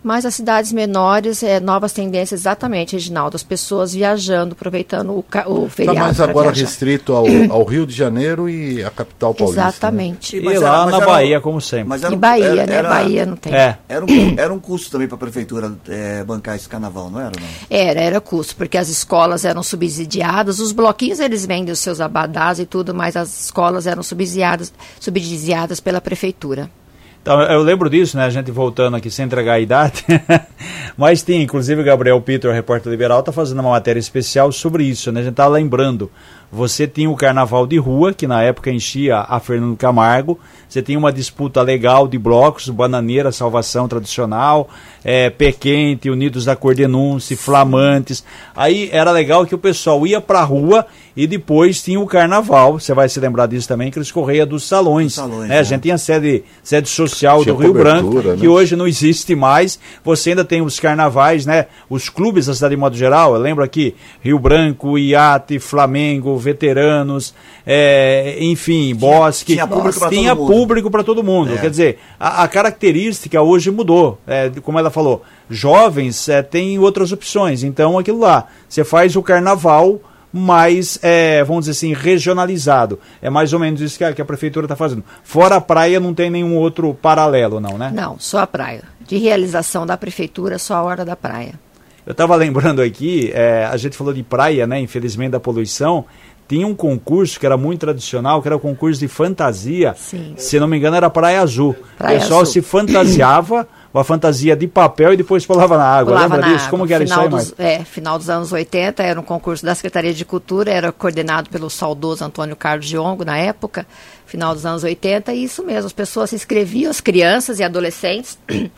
Mas as cidades menores, é, novas tendências, exatamente, Reginaldo, as pessoas viajando, aproveitando o, o feriado. Está mais agora restrito ao, ao Rio de Janeiro e à capital paulista. Exatamente. Né? E, e lá era, na era, Bahia, como sempre. Mas era, e Bahia, era, né? Era, Bahia não tem. É. Era, um, era um custo também para a prefeitura é, bancar esse carnaval, não era? Não? Era, era custo, porque as escolas eram subsidiadas, os bloquinhos eles vendem os seus abadás e tudo, mas as escolas eram subsidiadas, subsidiadas pela prefeitura. Então, eu lembro disso, né? A gente voltando aqui sem entregar a idade. Mas tem, inclusive, o Gabriel Pitor, repórter liberal, está fazendo uma matéria especial sobre isso, né? A gente está lembrando. Você tinha o carnaval de rua, que na época enchia a Fernando Camargo. Você tinha uma disputa legal de blocos, Bananeira, Salvação Tradicional, é, Pé Quente, Unidos da Cor Denúncia, Flamantes. Aí era legal que o pessoal ia pra rua e depois tinha o carnaval. Você vai se lembrar disso também, que eles correiam dos salões. salões né? É. A gente tinha sede, sede social tinha do Rio Branco, né? Que hoje não existe mais. Você ainda tem os carnavais, né? Os clubes da cidade de modo geral. Eu lembro aqui, Rio Branco, Iate, Flamengo, Veteranos, é, enfim, tinha, Bosque. Tinha público para todo mundo. Público para todo mundo. É. Quer dizer, a, a característica hoje mudou. É, como ela falou, jovens é, têm outras opções. Então, aquilo lá, você faz o carnaval mais, é, vamos dizer assim, regionalizado. É mais ou menos isso que a, que a prefeitura está fazendo. Fora a praia, não tem nenhum outro paralelo, não, né? Não, só a praia. De realização da prefeitura, só a hora da praia. Eu estava lembrando aqui, é, a gente falou de praia, né? Infelizmente, da poluição. Tinha um concurso que era muito tradicional, que era o concurso de fantasia. Sim. Se não me engano, era Praia Azul. Praia o pessoal Azul. se fantasiava, uma fantasia de papel e depois pulava na água. Pulava Lembra na disso? água. Como que era final isso aí, dos, é, final dos anos oitenta, era um concurso da Secretaria de Cultura, era coordenado pelo saudoso Antônio Carlos Diongo, na época, final dos anos oitenta, e isso mesmo, as pessoas se inscreviam, as crianças e adolescentes,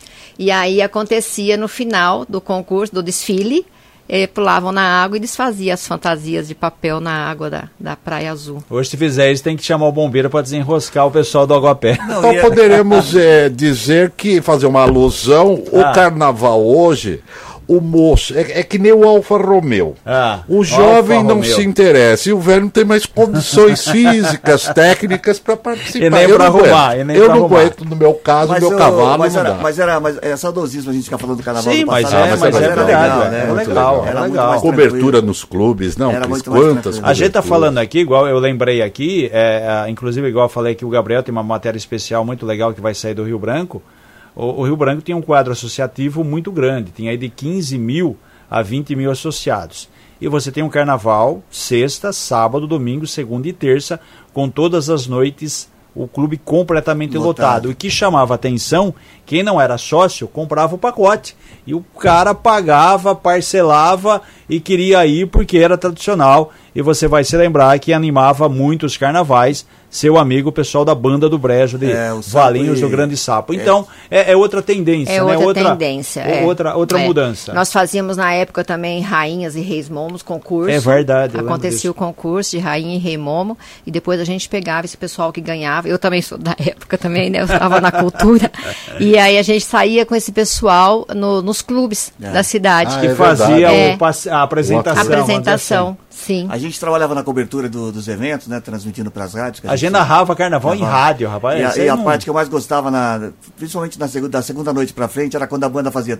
e aí acontecia no final do concurso, do desfile, Eh, pulavam na água e desfaziam as fantasias de papel na água da, da Praia Azul. Hoje, se fizer isso, tem que chamar o bombeiro para desenroscar o pessoal do Aguapé. Não, então, poderemos é, dizer que, fazer uma alusão, ah. o carnaval hoje, o moço, é, é que nem o Alfa Romeo. Ah, o jovem Alfa não Romeo. se interessa e o velho não tem mais condições físicas, técnicas para participar. E nem para arrumar. E nem eu pra não arrumar. aguento, no meu caso, o meu eu, cavalo mas não era, dá. Mas era mas é saudosismo a gente ficar falando do carnaval Sim, do mas passado. é, mas, mas mas é era verdade, legal, é, né? é Muito legal, Era é muito legal. mais Cobertura tranquilo. nos clubes, não, Era Cris, muito mais quantas tranquilo. A gente está falando aqui, igual eu lembrei aqui, é, inclusive igual eu falei que o Gabriel tem uma matéria especial muito legal que vai sair do Rio Branco. O, o Rio Branco tinha um quadro associativo muito grande, tinha aí de quinze mil a vinte mil associados. E você tem um carnaval, sexta, sábado, domingo, segunda e terça, com todas as noites o clube completamente lotado. lotado. E o que chamava atenção, quem não era sócio comprava o pacote. E o cara pagava, parcelava e queria ir porque era tradicional. E você vai se lembrar que animava muitos carnavais seu amigo, o pessoal da Banda do Brejo, de é, Valinhos e... do Grande Sapo. Então, é, é, é outra tendência, é né? outra, outra tendência. É. Outra, outra é. mudança. Nós fazíamos na época também Rainhas e Reis Momos, concurso. É verdade. Acontecia o concurso de Rainha e Rei Momo, e depois a gente pegava esse pessoal que ganhava. Eu também sou da época também, né? Eu estava na cultura. E aí a gente saía com esse pessoal no, nos clubes é. da cidade. Ah, que é fazia é. o, a apresentação. A apresentação. Sim. A gente trabalhava na cobertura do, dos eventos, né? Transmitindo para as rádios. A, a gente narrava carnaval em rádio, rapaz. E a, e a não... parte que eu mais gostava, na, principalmente na segunda, da segunda noite pra frente, era quando a banda fazia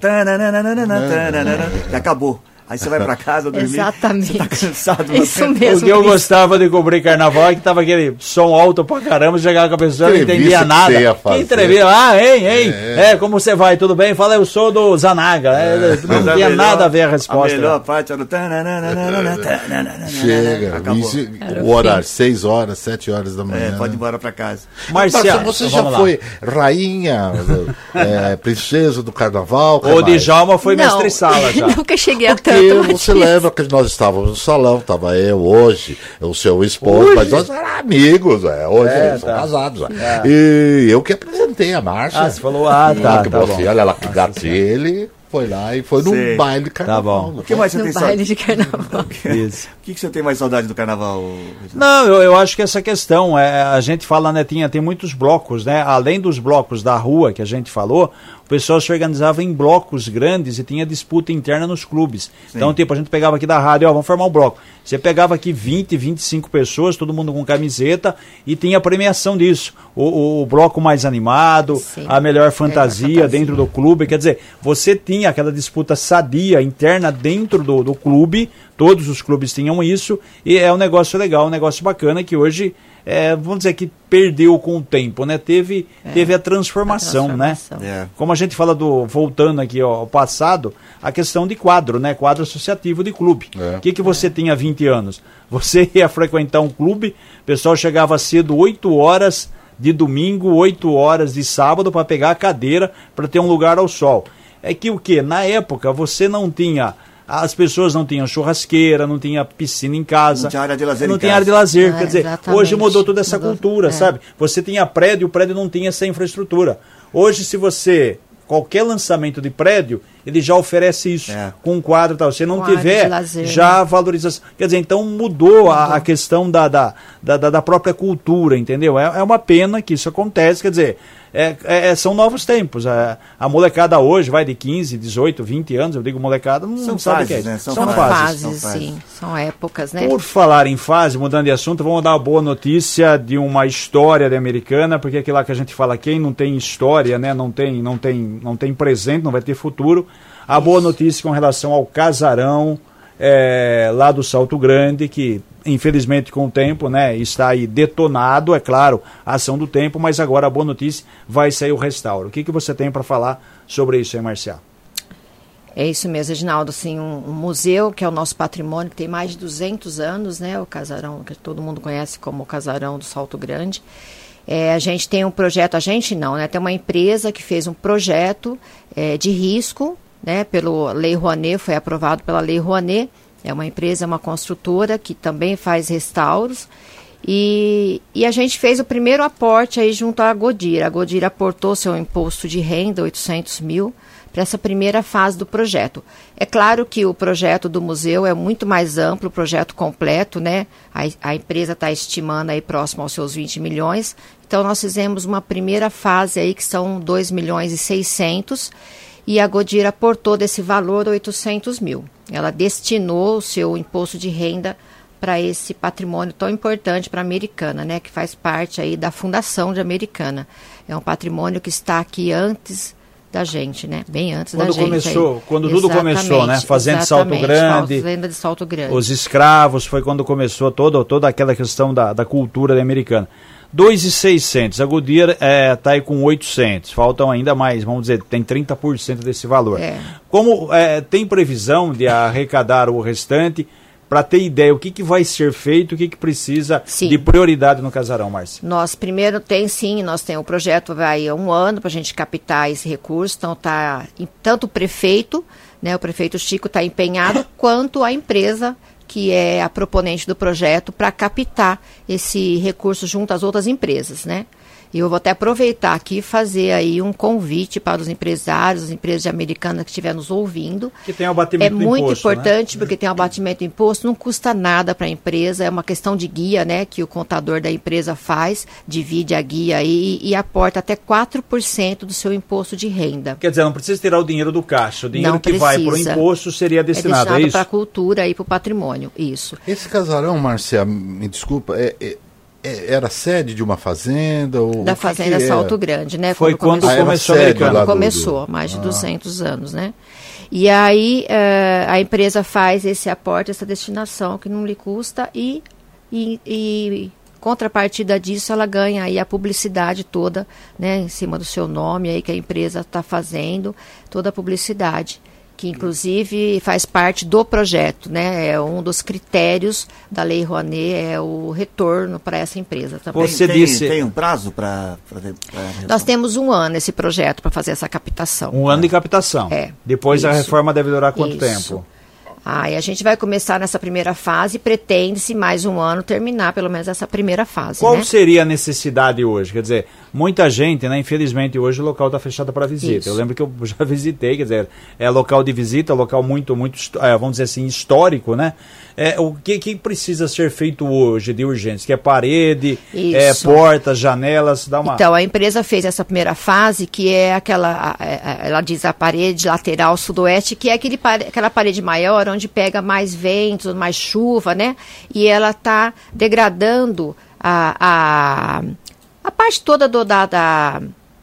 e acabou. Aí você vai pra casa dormir. Exatamente. Você tá cansado. Isso mesmo. O que eu isso. gostava de cobrir carnaval é que tava aquele som alto pra caramba, chegava com a pessoa e não entendia nada. Que entrevista. Ah, hein, hein? É. é, como você vai? Tudo bem? Fala, eu sou do Zanaga. É. Não tinha melhor, nada a ver a resposta. A melhor parte era o... Chega. Isso, o horário, seis horas, sete horas da manhã. É, pode ir embora pra casa. Marcelo, você já lá. foi rainha, é, princesa do carnaval? O Djalma foi mestre sala já. Nunca cheguei a tanto. Você lembra que nós estávamos no salão, estava eu hoje, o seu esposo, hoje? Mas nós éramos amigos, é, hoje é, eles tá. são casados. É. E eu que apresentei a marcha. Ah, você falou, ah, tá. Que tá você, olha lá que gato ele. foi lá e foi num Sei. baile de carnaval. Tá bom. O que mais você No tem baile saudade? de carnaval. Isso. O que, que você tem mais saudade do carnaval? Não, eu, eu acho que essa questão, é, a gente fala, né, tinha, tem muitos blocos, né? Além dos blocos da rua que a gente falou, o pessoal se organizava em blocos grandes e tinha disputa interna nos clubes. Sim. Então, tipo, a gente pegava aqui da rádio, ó, vamos formar um bloco. Você pegava aqui vinte, vinte e cinco pessoas, todo mundo com camiseta, e tinha premiação disso. O, o, o bloco mais animado, Sim. a melhor fantasia, fantasia dentro do clube. Quer dizer, você tinha aquela disputa sadia, interna, dentro do, do clube. Todos os clubes tinham isso. E é um negócio legal, um negócio bacana que hoje, é, vamos dizer que perdeu com o tempo, né? Teve, É, teve a transformação, a transformação. né? É. Como a gente fala do, voltando aqui ó, ao passado, a questão de quadro, né? Quadro associativo de clube. O É. que, que você tinha há vinte anos? Você ia frequentar um clube, o pessoal chegava cedo, oito horas de domingo, oito horas de sábado, para pegar a cadeira, para ter um lugar ao sol. É que o quê? Na época, você não tinha... As pessoas não tinham churrasqueira, não tinha piscina em casa. Não tinha área de lazer Não em tinha casa. área de lazer. Ah, Quer dizer, exatamente. hoje mudou toda essa Mudou, cultura, é. sabe? Você tinha prédio, o prédio não tinha essa infraestrutura. Hoje, se você... Qualquer lançamento de prédio, ele já oferece isso, É. com um quadro e tal. Se não Com área de tiver, lazer, já a valorização. Quer dizer, então mudou a, a questão da, da, da, da própria cultura, entendeu? É, é uma pena que isso acontece, quer dizer, é, é, são novos tempos. A, a molecada hoje vai de quinze, dezoito, vinte anos, eu digo molecada, não São sabe o que é fases, isso. né? São São fases, fases, são fases. sim. São épocas, né? Por falar em fase, mudando de assunto, vamos dar uma boa notícia de uma história de Americana, porque aquilo lá que a gente fala, quem não tem história, né, não tem, não tem, não tem presente, não vai ter futuro. A boa notícia com relação ao casarão é, lá do Salto Grande, que infelizmente com o tempo, né, está aí detonado, é claro, a ação do tempo, mas agora a boa notícia, vai sair o restauro. O que, que você tem para falar sobre isso aí, Marcial? É isso mesmo, Reginaldo, assim, um, um museu que é o nosso patrimônio, que tem mais de duzentos anos, né, o casarão, que todo mundo conhece como o Casarão do Salto Grande. É, a gente tem um projeto, a gente não, né, tem uma empresa que fez um projeto é, de risco, né, pelo Lei Rouanet, foi aprovado pela Lei Rouanet, é uma empresa, uma construtora que também faz restauros, e, e a gente fez o primeiro aporte aí junto à Godir. A Godir aportou seu imposto de renda, oitocentos mil, para essa primeira fase do projeto. É claro que o projeto do museu é muito mais amplo, o projeto completo, né? A, a empresa está estimando aí próximo aos seus vinte milhões, então nós fizemos uma primeira fase aí que são dois milhões e seiscentos, e a Godir aportou desse valor oitocentos mil. Ela destinou o seu imposto de renda para esse patrimônio tão importante para a Americana, né, que faz parte aí da fundação de Americana. É um patrimônio que está aqui antes da gente, né, bem antes Quando da gente. começou, aí. quando tudo começou, né, Fazenda de Salto Grande, Fazenda de Salto Grande. os escravos, foi quando começou toda, toda aquela questão da, da cultura americana. dois mil e seiscentos, a Goodyear está é, tá aí com oitocentos, faltam ainda mais, vamos dizer, tem trinta por cento desse valor. É. Como é, tem previsão de arrecadar o restante, para ter ideia o que, que vai ser feito, o que, que precisa Sim. de prioridade no casarão, Márcia? Nós primeiro tem sim, nós temos o projeto vai há um ano para a gente captar esse recurso, então tá em- tanto o prefeito, né, o prefeito Chico está empenhado, quanto a empresa que é a proponente do projeto para captar esse recurso junto às outras empresas, né? E eu vou até aproveitar aqui e fazer aí um convite para os empresários, as empresas de Americana que estiver nos ouvindo. Que tem o abatimento É do muito imposto, importante, porque tem o abatimento do imposto, não custa nada para a empresa, é uma questão de guia, né, que o contador da empresa faz, divide a guia aí e, e aporta até quatro por cento do seu imposto de renda. Quer dizer, não precisa tirar o dinheiro do caixa, o dinheiro Não que vai para o precisa. imposto seria destinado, é é, destinado isso? para a cultura e para o patrimônio, isso. Esse casarão, Márcia, me desculpa, é, é- é- era sede de uma fazenda? Ou, Da o que Fazenda que é? Salto Grande, né? Foi quando Ah, era começou a sede Americana. lá do- Começou, há mais de duzentos anos, né? E aí eh, a empresa faz esse aporte, essa destinação que não lhe custa e, e, e contrapartida disso ela ganha aí a publicidade toda, né, em cima do seu nome aí que a empresa está fazendo, toda a publicidade, que inclusive faz parte do projeto, né? É um dos critérios da Lei Rouanet, é o retorno para essa empresa também. Você tem, disse- tem um prazo para... Nós temos um ano esse projeto para fazer essa captação. Um ano de captação. É, Depois a isso. reforma deve durar quanto Isso. tempo? Aí a gente vai começar nessa primeira fase, pretende-se mais um ano terminar pelo menos essa primeira fase. Qual né? seria a necessidade hoje? Quer dizer, muita gente, né? Infelizmente hoje o local está fechado para visita. Isso. Eu lembro que eu já visitei, quer dizer, é local de visita, local muito, muito, é, vamos dizer assim, histórico, né? É, o que, que precisa ser feito hoje de urgência? Que é parede, é, portas, janelas, dá uma... Então, a empresa fez essa primeira fase, que é aquela, ela diz a parede lateral sudoeste, que é aquele, aquela parede maior, onde pega mais ventos, mais chuva, né? E ela está degradando a, a, a parte toda do, da... da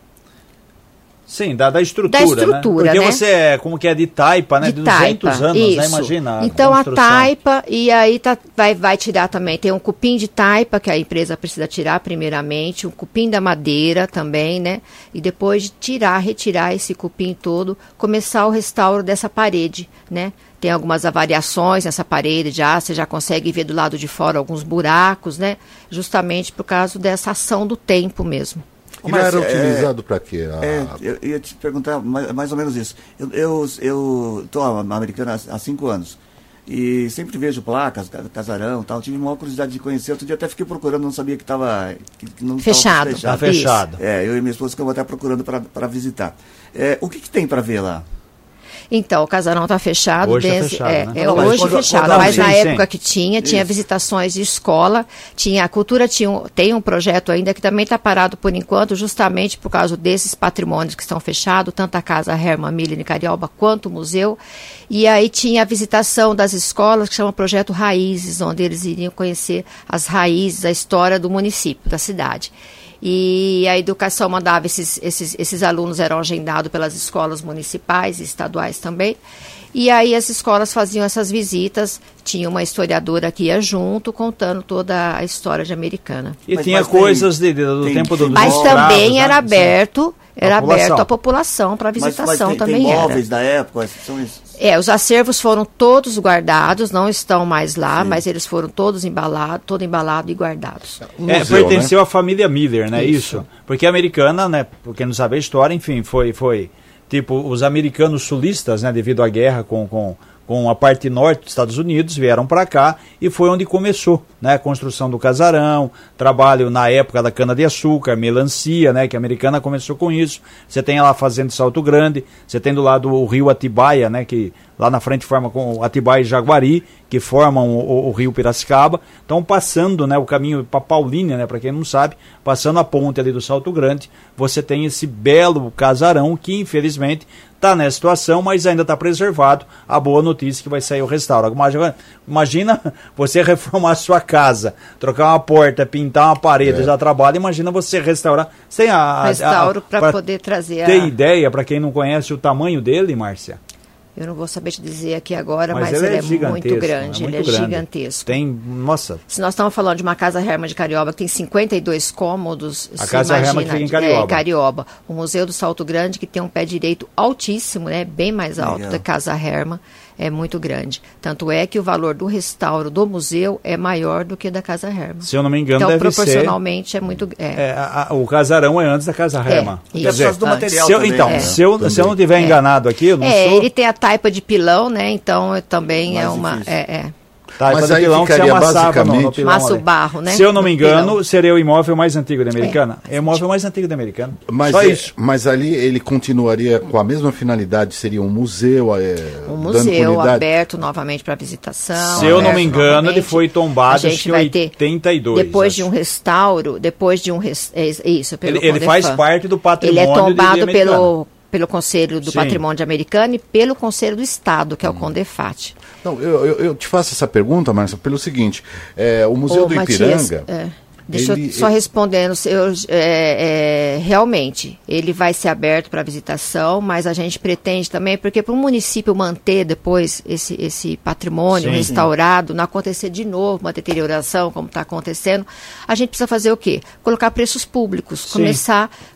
Sim, da, da estrutura, da estrutura, né? Porque né? você é, como que é, de taipa, né? De, de duzentos taipa, anos, isso. né? Imagina. A então a construção. taipa, e aí tá, vai, vai tirar também, tem um cupim de taipa que a empresa precisa tirar primeiramente, um cupim da madeira também, né? E depois de tirar, retirar esse cupim todo, começar o restauro dessa parede, né? Tem algumas avariações nessa parede já, você já consegue ver do lado de fora alguns buracos, né? Justamente por causa dessa ação do tempo mesmo. E não era utilizado para quê? A... É, eu ia te perguntar mais, mais ou menos isso. Eu estou eu, americana há, há cinco anos e sempre vejo placas, casarão e tal. Tive uma curiosidade de conhecer. Outro dia até fiquei procurando, não sabia que estava fechado. Está fechado. É, eu e minha esposa ficamos até procurando para visitar. É, o que, que tem para ver lá? Então, o casarão está fechado. Hoje está desde, fechado, é, né? é, Não, mas hoje quando- fechado, quando- mas sim, na sim. época que tinha, tinha Isso. visitações de escola, tinha a cultura tinha, um- tem um projeto ainda que também está parado por enquanto, justamente por causa desses patrimônios que estão fechados, tanto a Casa Herman Miller em Carioba quanto o museu. E aí tinha a visitação das escolas, que chama Projeto Raízes, onde eles iriam conhecer as raízes, a história do município, da cidade. E a educação mandava, esses, esses, esses alunos eram agendados pelas escolas municipais e estaduais também. E aí as escolas faziam essas visitas, tinha uma historiadora que ia junto, contando toda a história de Americana. E Mas- tinha mas tem- coisas de, de- do tem- tempo do, dos Mas escravos, também né? era Sim. aberto, era A população. aberto à população para Mas- mas visitação tem, também tem era. móveis da época? São esses? É, os acervos foram todos guardados, não estão mais lá, mas eles foram todos embalados, todo embalado e guardados. Um É, museu, pertenceu à família Miller, né? Isso. Isso. Porque a americana, né? Por quem não sabe a história, enfim, foi, foi tipo os americanos sulistas, né? Devido à guerra com, com, com a parte norte dos Estados Unidos, vieram para cá e foi onde começou, né? A construção do casarão, trabalho na época da cana-de-açúcar, melancia, né? Que a americana começou com isso. Você tem lá a Fazenda Salto Grande, você tem do lado o rio Atibaia, né? Que lá na frente forma com o Atibaia e Jaguari, que formam o, o, o rio Piracicaba. Então, passando, né, o caminho para Paulínia, né, para quem não sabe, passando a ponte ali do Salto Grande, você tem esse belo casarão que, infelizmente, está nessa situação, mas ainda está preservado. A boa notícia é que vai sair o restauro. Imagina, imagina você reformar a sua casa, trocar uma porta, pintar uma parede, É. já trabalha. Imagina você restaurar. Sem a, a- Restauro a- para pra poder trazer ter a... ideia, para quem não conhece o tamanho dele, Márcia. Eu não vou saber te dizer aqui agora, Mas mas, ele ele é é, gigantesco, muito grande, é muito ele é grande. gigantesco. Tem, nossa, Se nós estamos falando de uma casa Herman de Carioba que tem cinquenta e dois cômodos, A se Casa imagina, Herman que fica em Carioba. É, Carioba. O Museu do Salto Grande, que tem um pé direito altíssimo, né, bem mais alto Legal. da Casa Herman, é muito grande. Tanto é que o valor do restauro do museu é maior do que da Casa Herman. se eu não me engano, Então, deve ser... proporcionalmente, é muito... É, É, a- a- o casarão é antes da Casa Herman. isso. Até por causa do antes. material Se eu, também, então, né? se, eu, se eu não estiver É. enganado aqui, eu não É, sou... ele tem a taipa de pilão, né, então é- também Mais é uma... difícil. É, é. Tá, Mas fazer aí pilão que você ficaria amassava no, no basicamente- pilão Massa o ali. barro, né? Se eu não me no engano, pilão. seria o imóvel mais antigo da Americana. É, o imóvel mais antigo da Americana. Mas, Só é- isso. mas ali ele continuaria com a mesma finalidade, seria um museu, é, Um dando museu continuidade? aberto novamente para visitação. Se eu não aberto me engano, novamente. ele foi tombado, A acho gente que em vai ter, oitenta e dois. depois acho. de um restauro, depois de um res, é isso, pelo Ele, ele faz Condefam. parte do Ele patrimônio é de- de tombado Americana. pelo pelo Conselho do Sim. Patrimônio de Americana e pelo Conselho do Estado, Hum. que é o Condefat. Não, eu, eu, eu te faço essa pergunta, Márcia, pelo seguinte, é, o Museu Ô, do Matias, Ipiranga... é, deixa ele- eu só ele- respondendo, eu, é, é, realmente, ele vai ser aberto para visitação, mas a gente pretende também, porque para o município manter depois esse, esse patrimônio Sim. restaurado, não acontecer de novo uma deterioração, como está acontecendo, a gente precisa fazer o quê? Colocar preços públicos, Sim. começar a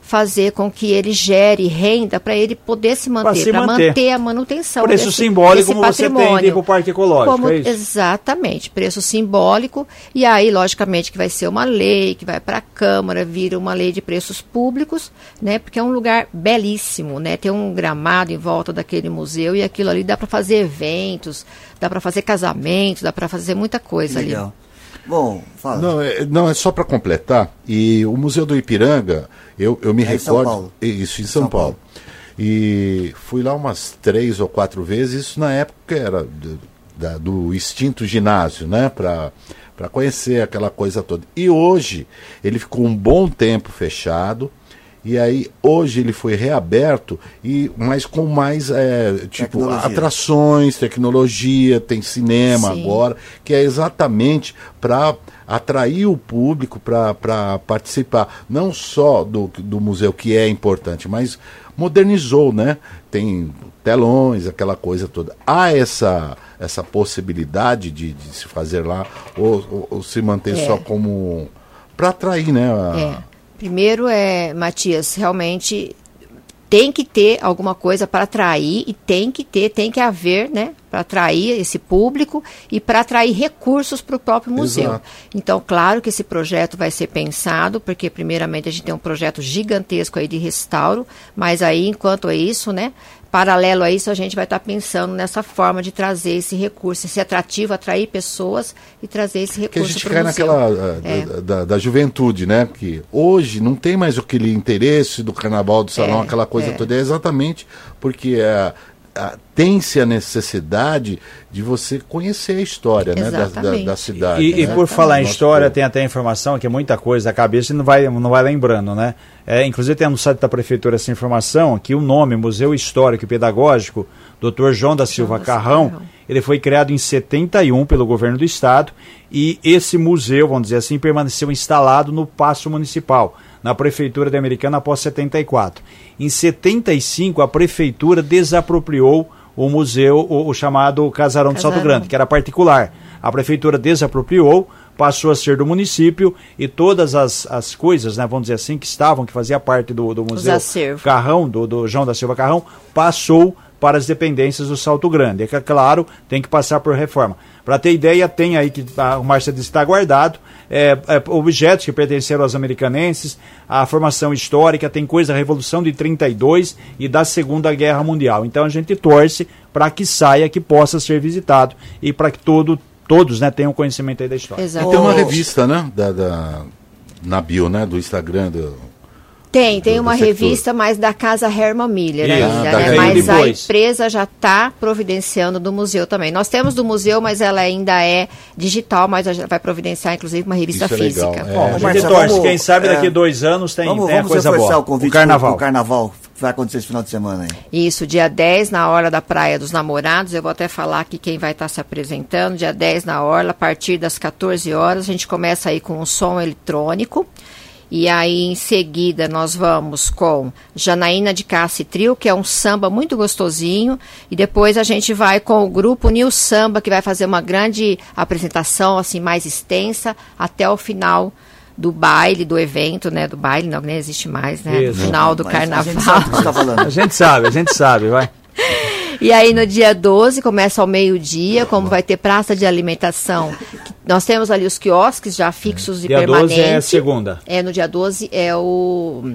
fazer com que ele gere renda para ele poder se manter, para manter. manter a manutenção preço desse, simbólico desse como patrimônio. Você tem para o Parque Ecológico, como, é isso? Exatamente, preço simbólico, e aí, logicamente, que vai ser uma lei, que vai para a Câmara, vira uma lei de preços públicos, né, porque é um lugar belíssimo, né, tem um gramado em volta daquele museu, e aquilo ali dá para fazer eventos, dá para fazer casamentos, dá para fazer muita coisa Legal. ali. Bom, fala. Não, é, não, é só para completar. E o Museu do Ipiranga, eu, eu me É em São recordo. Paulo. Isso, em São, São Paulo. Paulo. E fui lá umas três ou quatro vezes. Isso na época era do, da, do extinto ginásio, né? Para para conhecer aquela coisa toda. E hoje ele ficou um bom tempo fechado. E aí, hoje ele foi reaberto, e, mas com mais é, tipo, Tecnologia. atrações, tecnologia, tem cinema Sim. agora, que é exatamente para atrair o público para participar, não só do, do museu, que é importante, mas modernizou, né? Tem telões, aquela coisa toda. Há essa, essa possibilidade de, de se fazer lá, ou, ou, ou se manter É. só como... para atrair, né? A, É. Primeiro, é, Matias, realmente tem que ter alguma coisa para atrair, e tem que ter, tem que haver, né, para atrair esse público e para atrair recursos para o próprio museu. Exato. Então, claro que esse projeto vai ser pensado, porque primeiramente a gente tem um projeto gigantesco aí de restauro, mas aí, enquanto é isso, né, paralelo a isso, a gente vai estar pensando nessa forma de trazer esse recurso, esse atrativo, atrair pessoas e trazer esse que a recurso gente para o cai museu. naquela uh, É. da, da, da juventude, né? Que hoje não tem mais aquele interesse do carnaval, do salão, É, aquela coisa é. toda. É exatamente porque uh, uh, tem-se a necessidade de você conhecer a história, né, da, da, Exatamente. da cidade. E, e né? por falar em Nosso história, povo. tem até informação que é muita coisa da cabeça e não vai, não vai lembrando, né? É, inclusive tem no site da Prefeitura essa informação, que o nome Museu Histórico e Pedagógico doutor João da Silva da Carrão, Carrão, ele foi criado em setenta e um pelo governo do estado, e esse museu, vamos dizer assim, permaneceu instalado no Paço Municipal, na Prefeitura de Americana após setenta e quatro. Em setenta e cinco, a Prefeitura desapropriou o museu, o, o chamado Casarão de Salto Casarão. Grande, que era particular. A Prefeitura desapropriou, passou a ser do município, e todas as, as coisas, né, vamos dizer assim, que estavam, que fazia parte do, do museu acervos. Carrão, do, do João da Silva Carrão, passou para as dependências do Salto Grande. É que, claro, tem que passar por reforma. Para ter ideia, tem aí, que a, o Márcia disse, está guardado, é, é, objetos que pertenceram aos americanenses, a formação histórica, tem coisa da Revolução de trinta e dois e da Segunda Guerra Mundial. Então a gente torce para que saia, que possa ser visitado, e para que todo, todos, né, tenham conhecimento aí da história. E Exato. tem uma Ô, revista, né? Da, da, na bio, né? Do Instagram. Do, Tem, tem do- uma da sector. revista, mas da Casa Herman Miller Isso, ainda, da né? Herman Mas a depois. empresa já está providenciando do museu também. Nós temos do museu, mas ela ainda é digital, mas a gente vai providenciar, inclusive, uma revista Isso é legal, física. é. Bom, a É. gente Marcelo, torce, vamos, quem sabe daqui é, dois anos tem, Vamos, tem a vamos coisa reforçar boa. o convite o carnaval. pro carnaval que vai acontecer esse final de semana aí. Isso, dia dez, na Orla da Praia dos Namorados, eu vou até falar aqui quem vai estar se apresentando, dia dez na Orla, a partir das quatorze horas, a gente começa aí com um som eletrônico, e aí em seguida nós vamos com Janaína de Cassi Trio, que é um samba muito gostosinho, e depois a gente vai com o grupo New Samba, que vai fazer uma grande apresentação, assim, mais extensa, até o final do baile, do evento, né, do baile, não, nem existe mais, né, Isso. do final do Mas A gente carnaval. sabe o que você está A falando. gente sabe, a gente sabe, vai. E aí no dia doze, começa ao meio-dia, como vai ter praça de alimentação. Nós temos ali os quiosques já fixos e Dia permanentes. doze é segunda. É, no dia doze é o...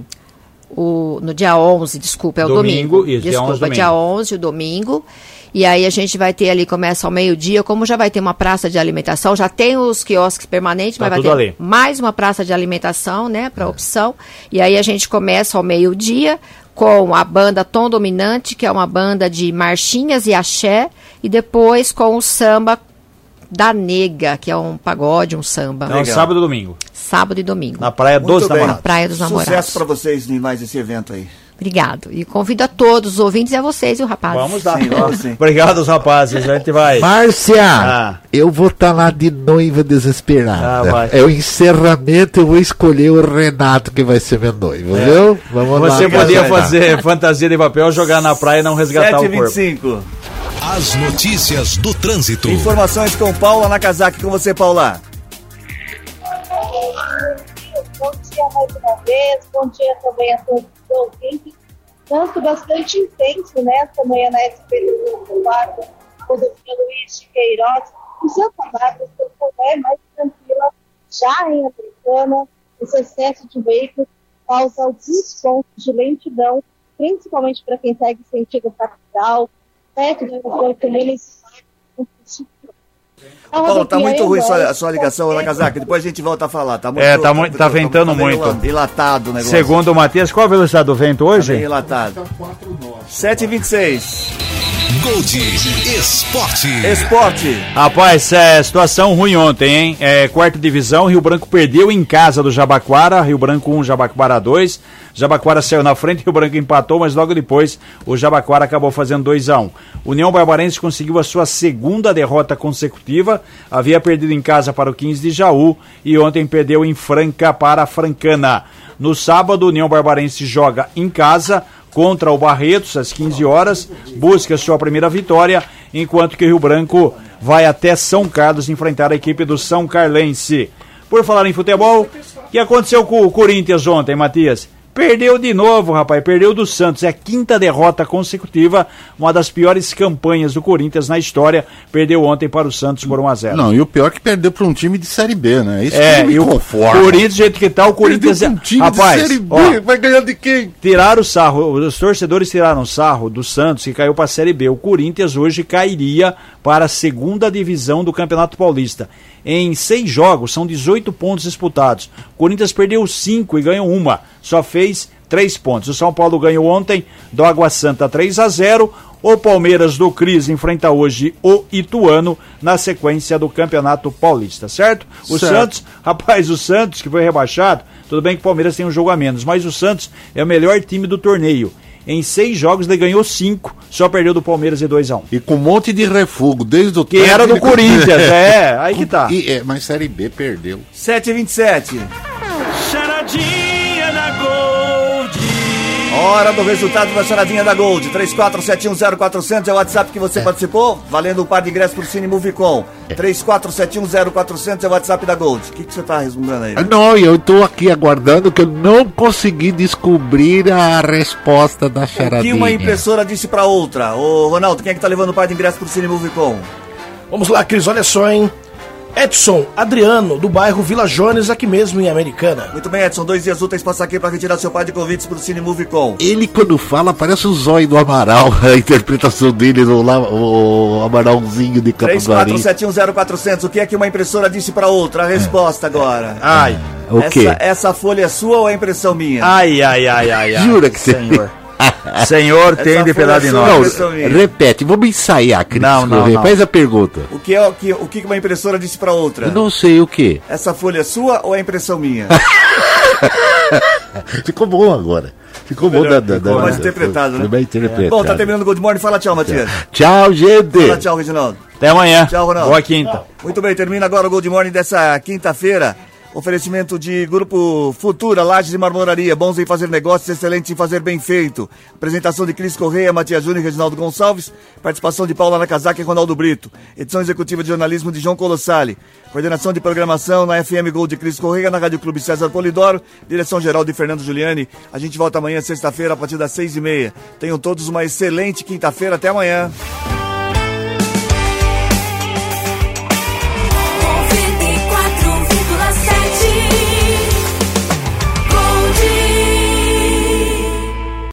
o no dia onze, desculpa, é o Domingo, domingo. isso, dia desculpa, onze, domingo. dia onze, o domingo. E aí a gente vai ter ali, começa ao meio-dia, como já vai ter uma praça de alimentação, já tem os quiosques permanentes, Tá mas vai tudo ter ali. mais uma praça de alimentação, né, para opção. E aí a gente começa ao meio-dia com a banda Tom Dominante, que é uma banda de marchinhas e axé, e depois com o samba da Nega, que é um pagode, um samba. Então, Legal. sábado e domingo. Sábado e domingo. Na Praia Muito dos bem. Namorados. Praia dos Namorados. Sucesso para vocês em mais esse evento aí. Obrigado. E convido a todos os ouvintes e a vocês e o rapaz. Vamos lá. Sim, vamos sim. Obrigado aos rapazes, a gente vai. Márcia, Ah. eu vou estar lá de noiva desesperada. Ah, vai. É o encerramento, eu vou escolher o Renato que vai ser meu noivo, viu? Vamos lá. Você podia Renato. fazer fantasia de papel, jogar na praia e não resgatar sete e o vinte e corpo. cinco. As notícias do trânsito. Informações com Paula Nakazaki. Com você, Paula. Bom dia dia mais uma vez, bom dia também a todos os ouvintes. Tanto bastante intenso nessa manhã na S P do Parque, rodovia Luiz de Queiroz. O Santa Bárbara é mais tranquila, já em Americana, esse excesso de veículos causa alguns pontos de lentidão, principalmente para quem segue sentido capital, perto do aeroporto municipal. Paulo, tá muito ruim sua, a sua ligação, Ana Casaca. Depois a gente volta a falar. Tá muito, é, tá, muito, tá ventando tá muito. Dilatado o negócio. Segundo o Matias, qual a velocidade do vento hoje? Tá dilatado. sete e vinte e seis. Gold Esporte. Esporte. Rapaz, é situação ruim ontem, hein? É, quarta divisão, Rio Branco perdeu em casa do Jabaquara, Rio Branco um, Jabaquara dois. Jabaquara saiu na frente, Rio Branco empatou, mas logo depois o Jabaquara acabou fazendo dois a um. União Barbarense conseguiu a sua segunda derrota consecutiva, havia perdido em casa para o quinze de Jaú e ontem perdeu em Franca para a Francana. No sábado, União Barbarense joga em casa contra o Barretos às quinze horas, busca sua primeira vitória, enquanto que o Rio Branco vai até São Carlos enfrentar a equipe do São Carlense. Por falar em futebol, o que aconteceu com o Corinthians ontem, Matias? Perdeu de novo, rapaz, perdeu do Santos, é a quinta derrota consecutiva, uma das piores campanhas do Corinthians na história, perdeu ontem para o Santos por um a zero. Não, e o pior é que perdeu para um time de Série B, né? Isso é, que me e o conforma. Corinthians, do jeito que tá, o Corinthians... Perdeu pra um time rapaz, de Série B, ó, vai ganhar de quem? Tiraram o sarro, os torcedores tiraram o sarro do Santos, que caiu para a Série B. O Corinthians hoje cairia para a segunda divisão do Campeonato Paulista. Em seis jogos, são dezoito pontos disputados. O Corinthians perdeu cinco e ganhou uma, só fez três pontos. O São Paulo ganhou ontem do Água Santa três a zero. O Palmeiras do Cris enfrenta hoje o Ituano na sequência do Campeonato Paulista, certo? O certo. Santos, rapaz, o Santos que foi rebaixado, tudo bem que o Palmeiras tem um jogo a menos, mas o Santos é o melhor time do torneio. Em seis jogos ele ganhou cinco, só perdeu do Palmeiras de dois a um. E com um monte de refugo, desde o que era do Corinthians, é, aí que tá. E, é, mas Série B perdeu. sete e vinte e sete. Charadinha da Gold. Hora do resultado da charadinha da Gold. três quatro sete um zero quatro zero zero é o WhatsApp que você é. participou, valendo um par de ingressos pro Cine Movicon. É. três quatro sete um zero quatro zero zero é o WhatsApp da Gold. O que, que você tá respondendo aí? Não, eu tô aqui aguardando que eu não consegui descobrir a resposta da charadinha. O que uma impressora disse pra outra? Ô, Ronaldo, quem é que tá levando um par de ingressos pro Cine Movicon? Vamos lá, Cris, olha só, hein? Edson Adriano, do bairro Vila Jones, aqui mesmo em Americana. Muito bem, Edson, dois dias úteis passa aqui para retirar seu par de convites pro Cine Movicon. Ele, quando fala, parece o zóio do Amaral, a interpretação dele, no, o Amaralzinho de Campo três quatro sete um zero quatro zero zero, o que é que uma impressora disse para outra? A resposta agora. Ai, o essa, quê? Essa folha é sua ou é impressão minha? Ai, ai, ai, ai, ai. Jura que você... Senhor. Senhor, tem de piedade de nós. Não, repete, vamos ensaiar, Cris. Não, não, não. Faz a pergunta. O que é o que, o que uma impressora disse pra outra? Eu não sei o que. Essa folha é sua ou é impressão minha? Ficou bom agora. Ficou bom da, da, da, mais interpretado, né? Bem interpretado. É. Bom, tá terminando o Good Morning. Fala tchau, Matias. Tchau, gente. Fala tchau, Reginaldo. Até amanhã. Tchau, Ronaldo. Boa quinta. Muito bem, termina agora o Good Morning dessa quinta-feira. Oferecimento de Grupo Futura, Lages e Marmoraria, bons em fazer negócios, excelentes em fazer bem feito. Apresentação de Cris Correia, Matias Júnior e Reginaldo Gonçalves. Participação de Paula Nakazaki e Ronaldo Brito. Edição executiva de jornalismo de João Colossali. Coordenação de programação na F M Gold de Cris Correia, na Rádio Clube César Polidoro. Direção geral de Fernando Giuliani. A gente volta amanhã, sexta-feira, a partir das seis e meia. Tenham todos uma excelente quinta-feira. Até amanhã.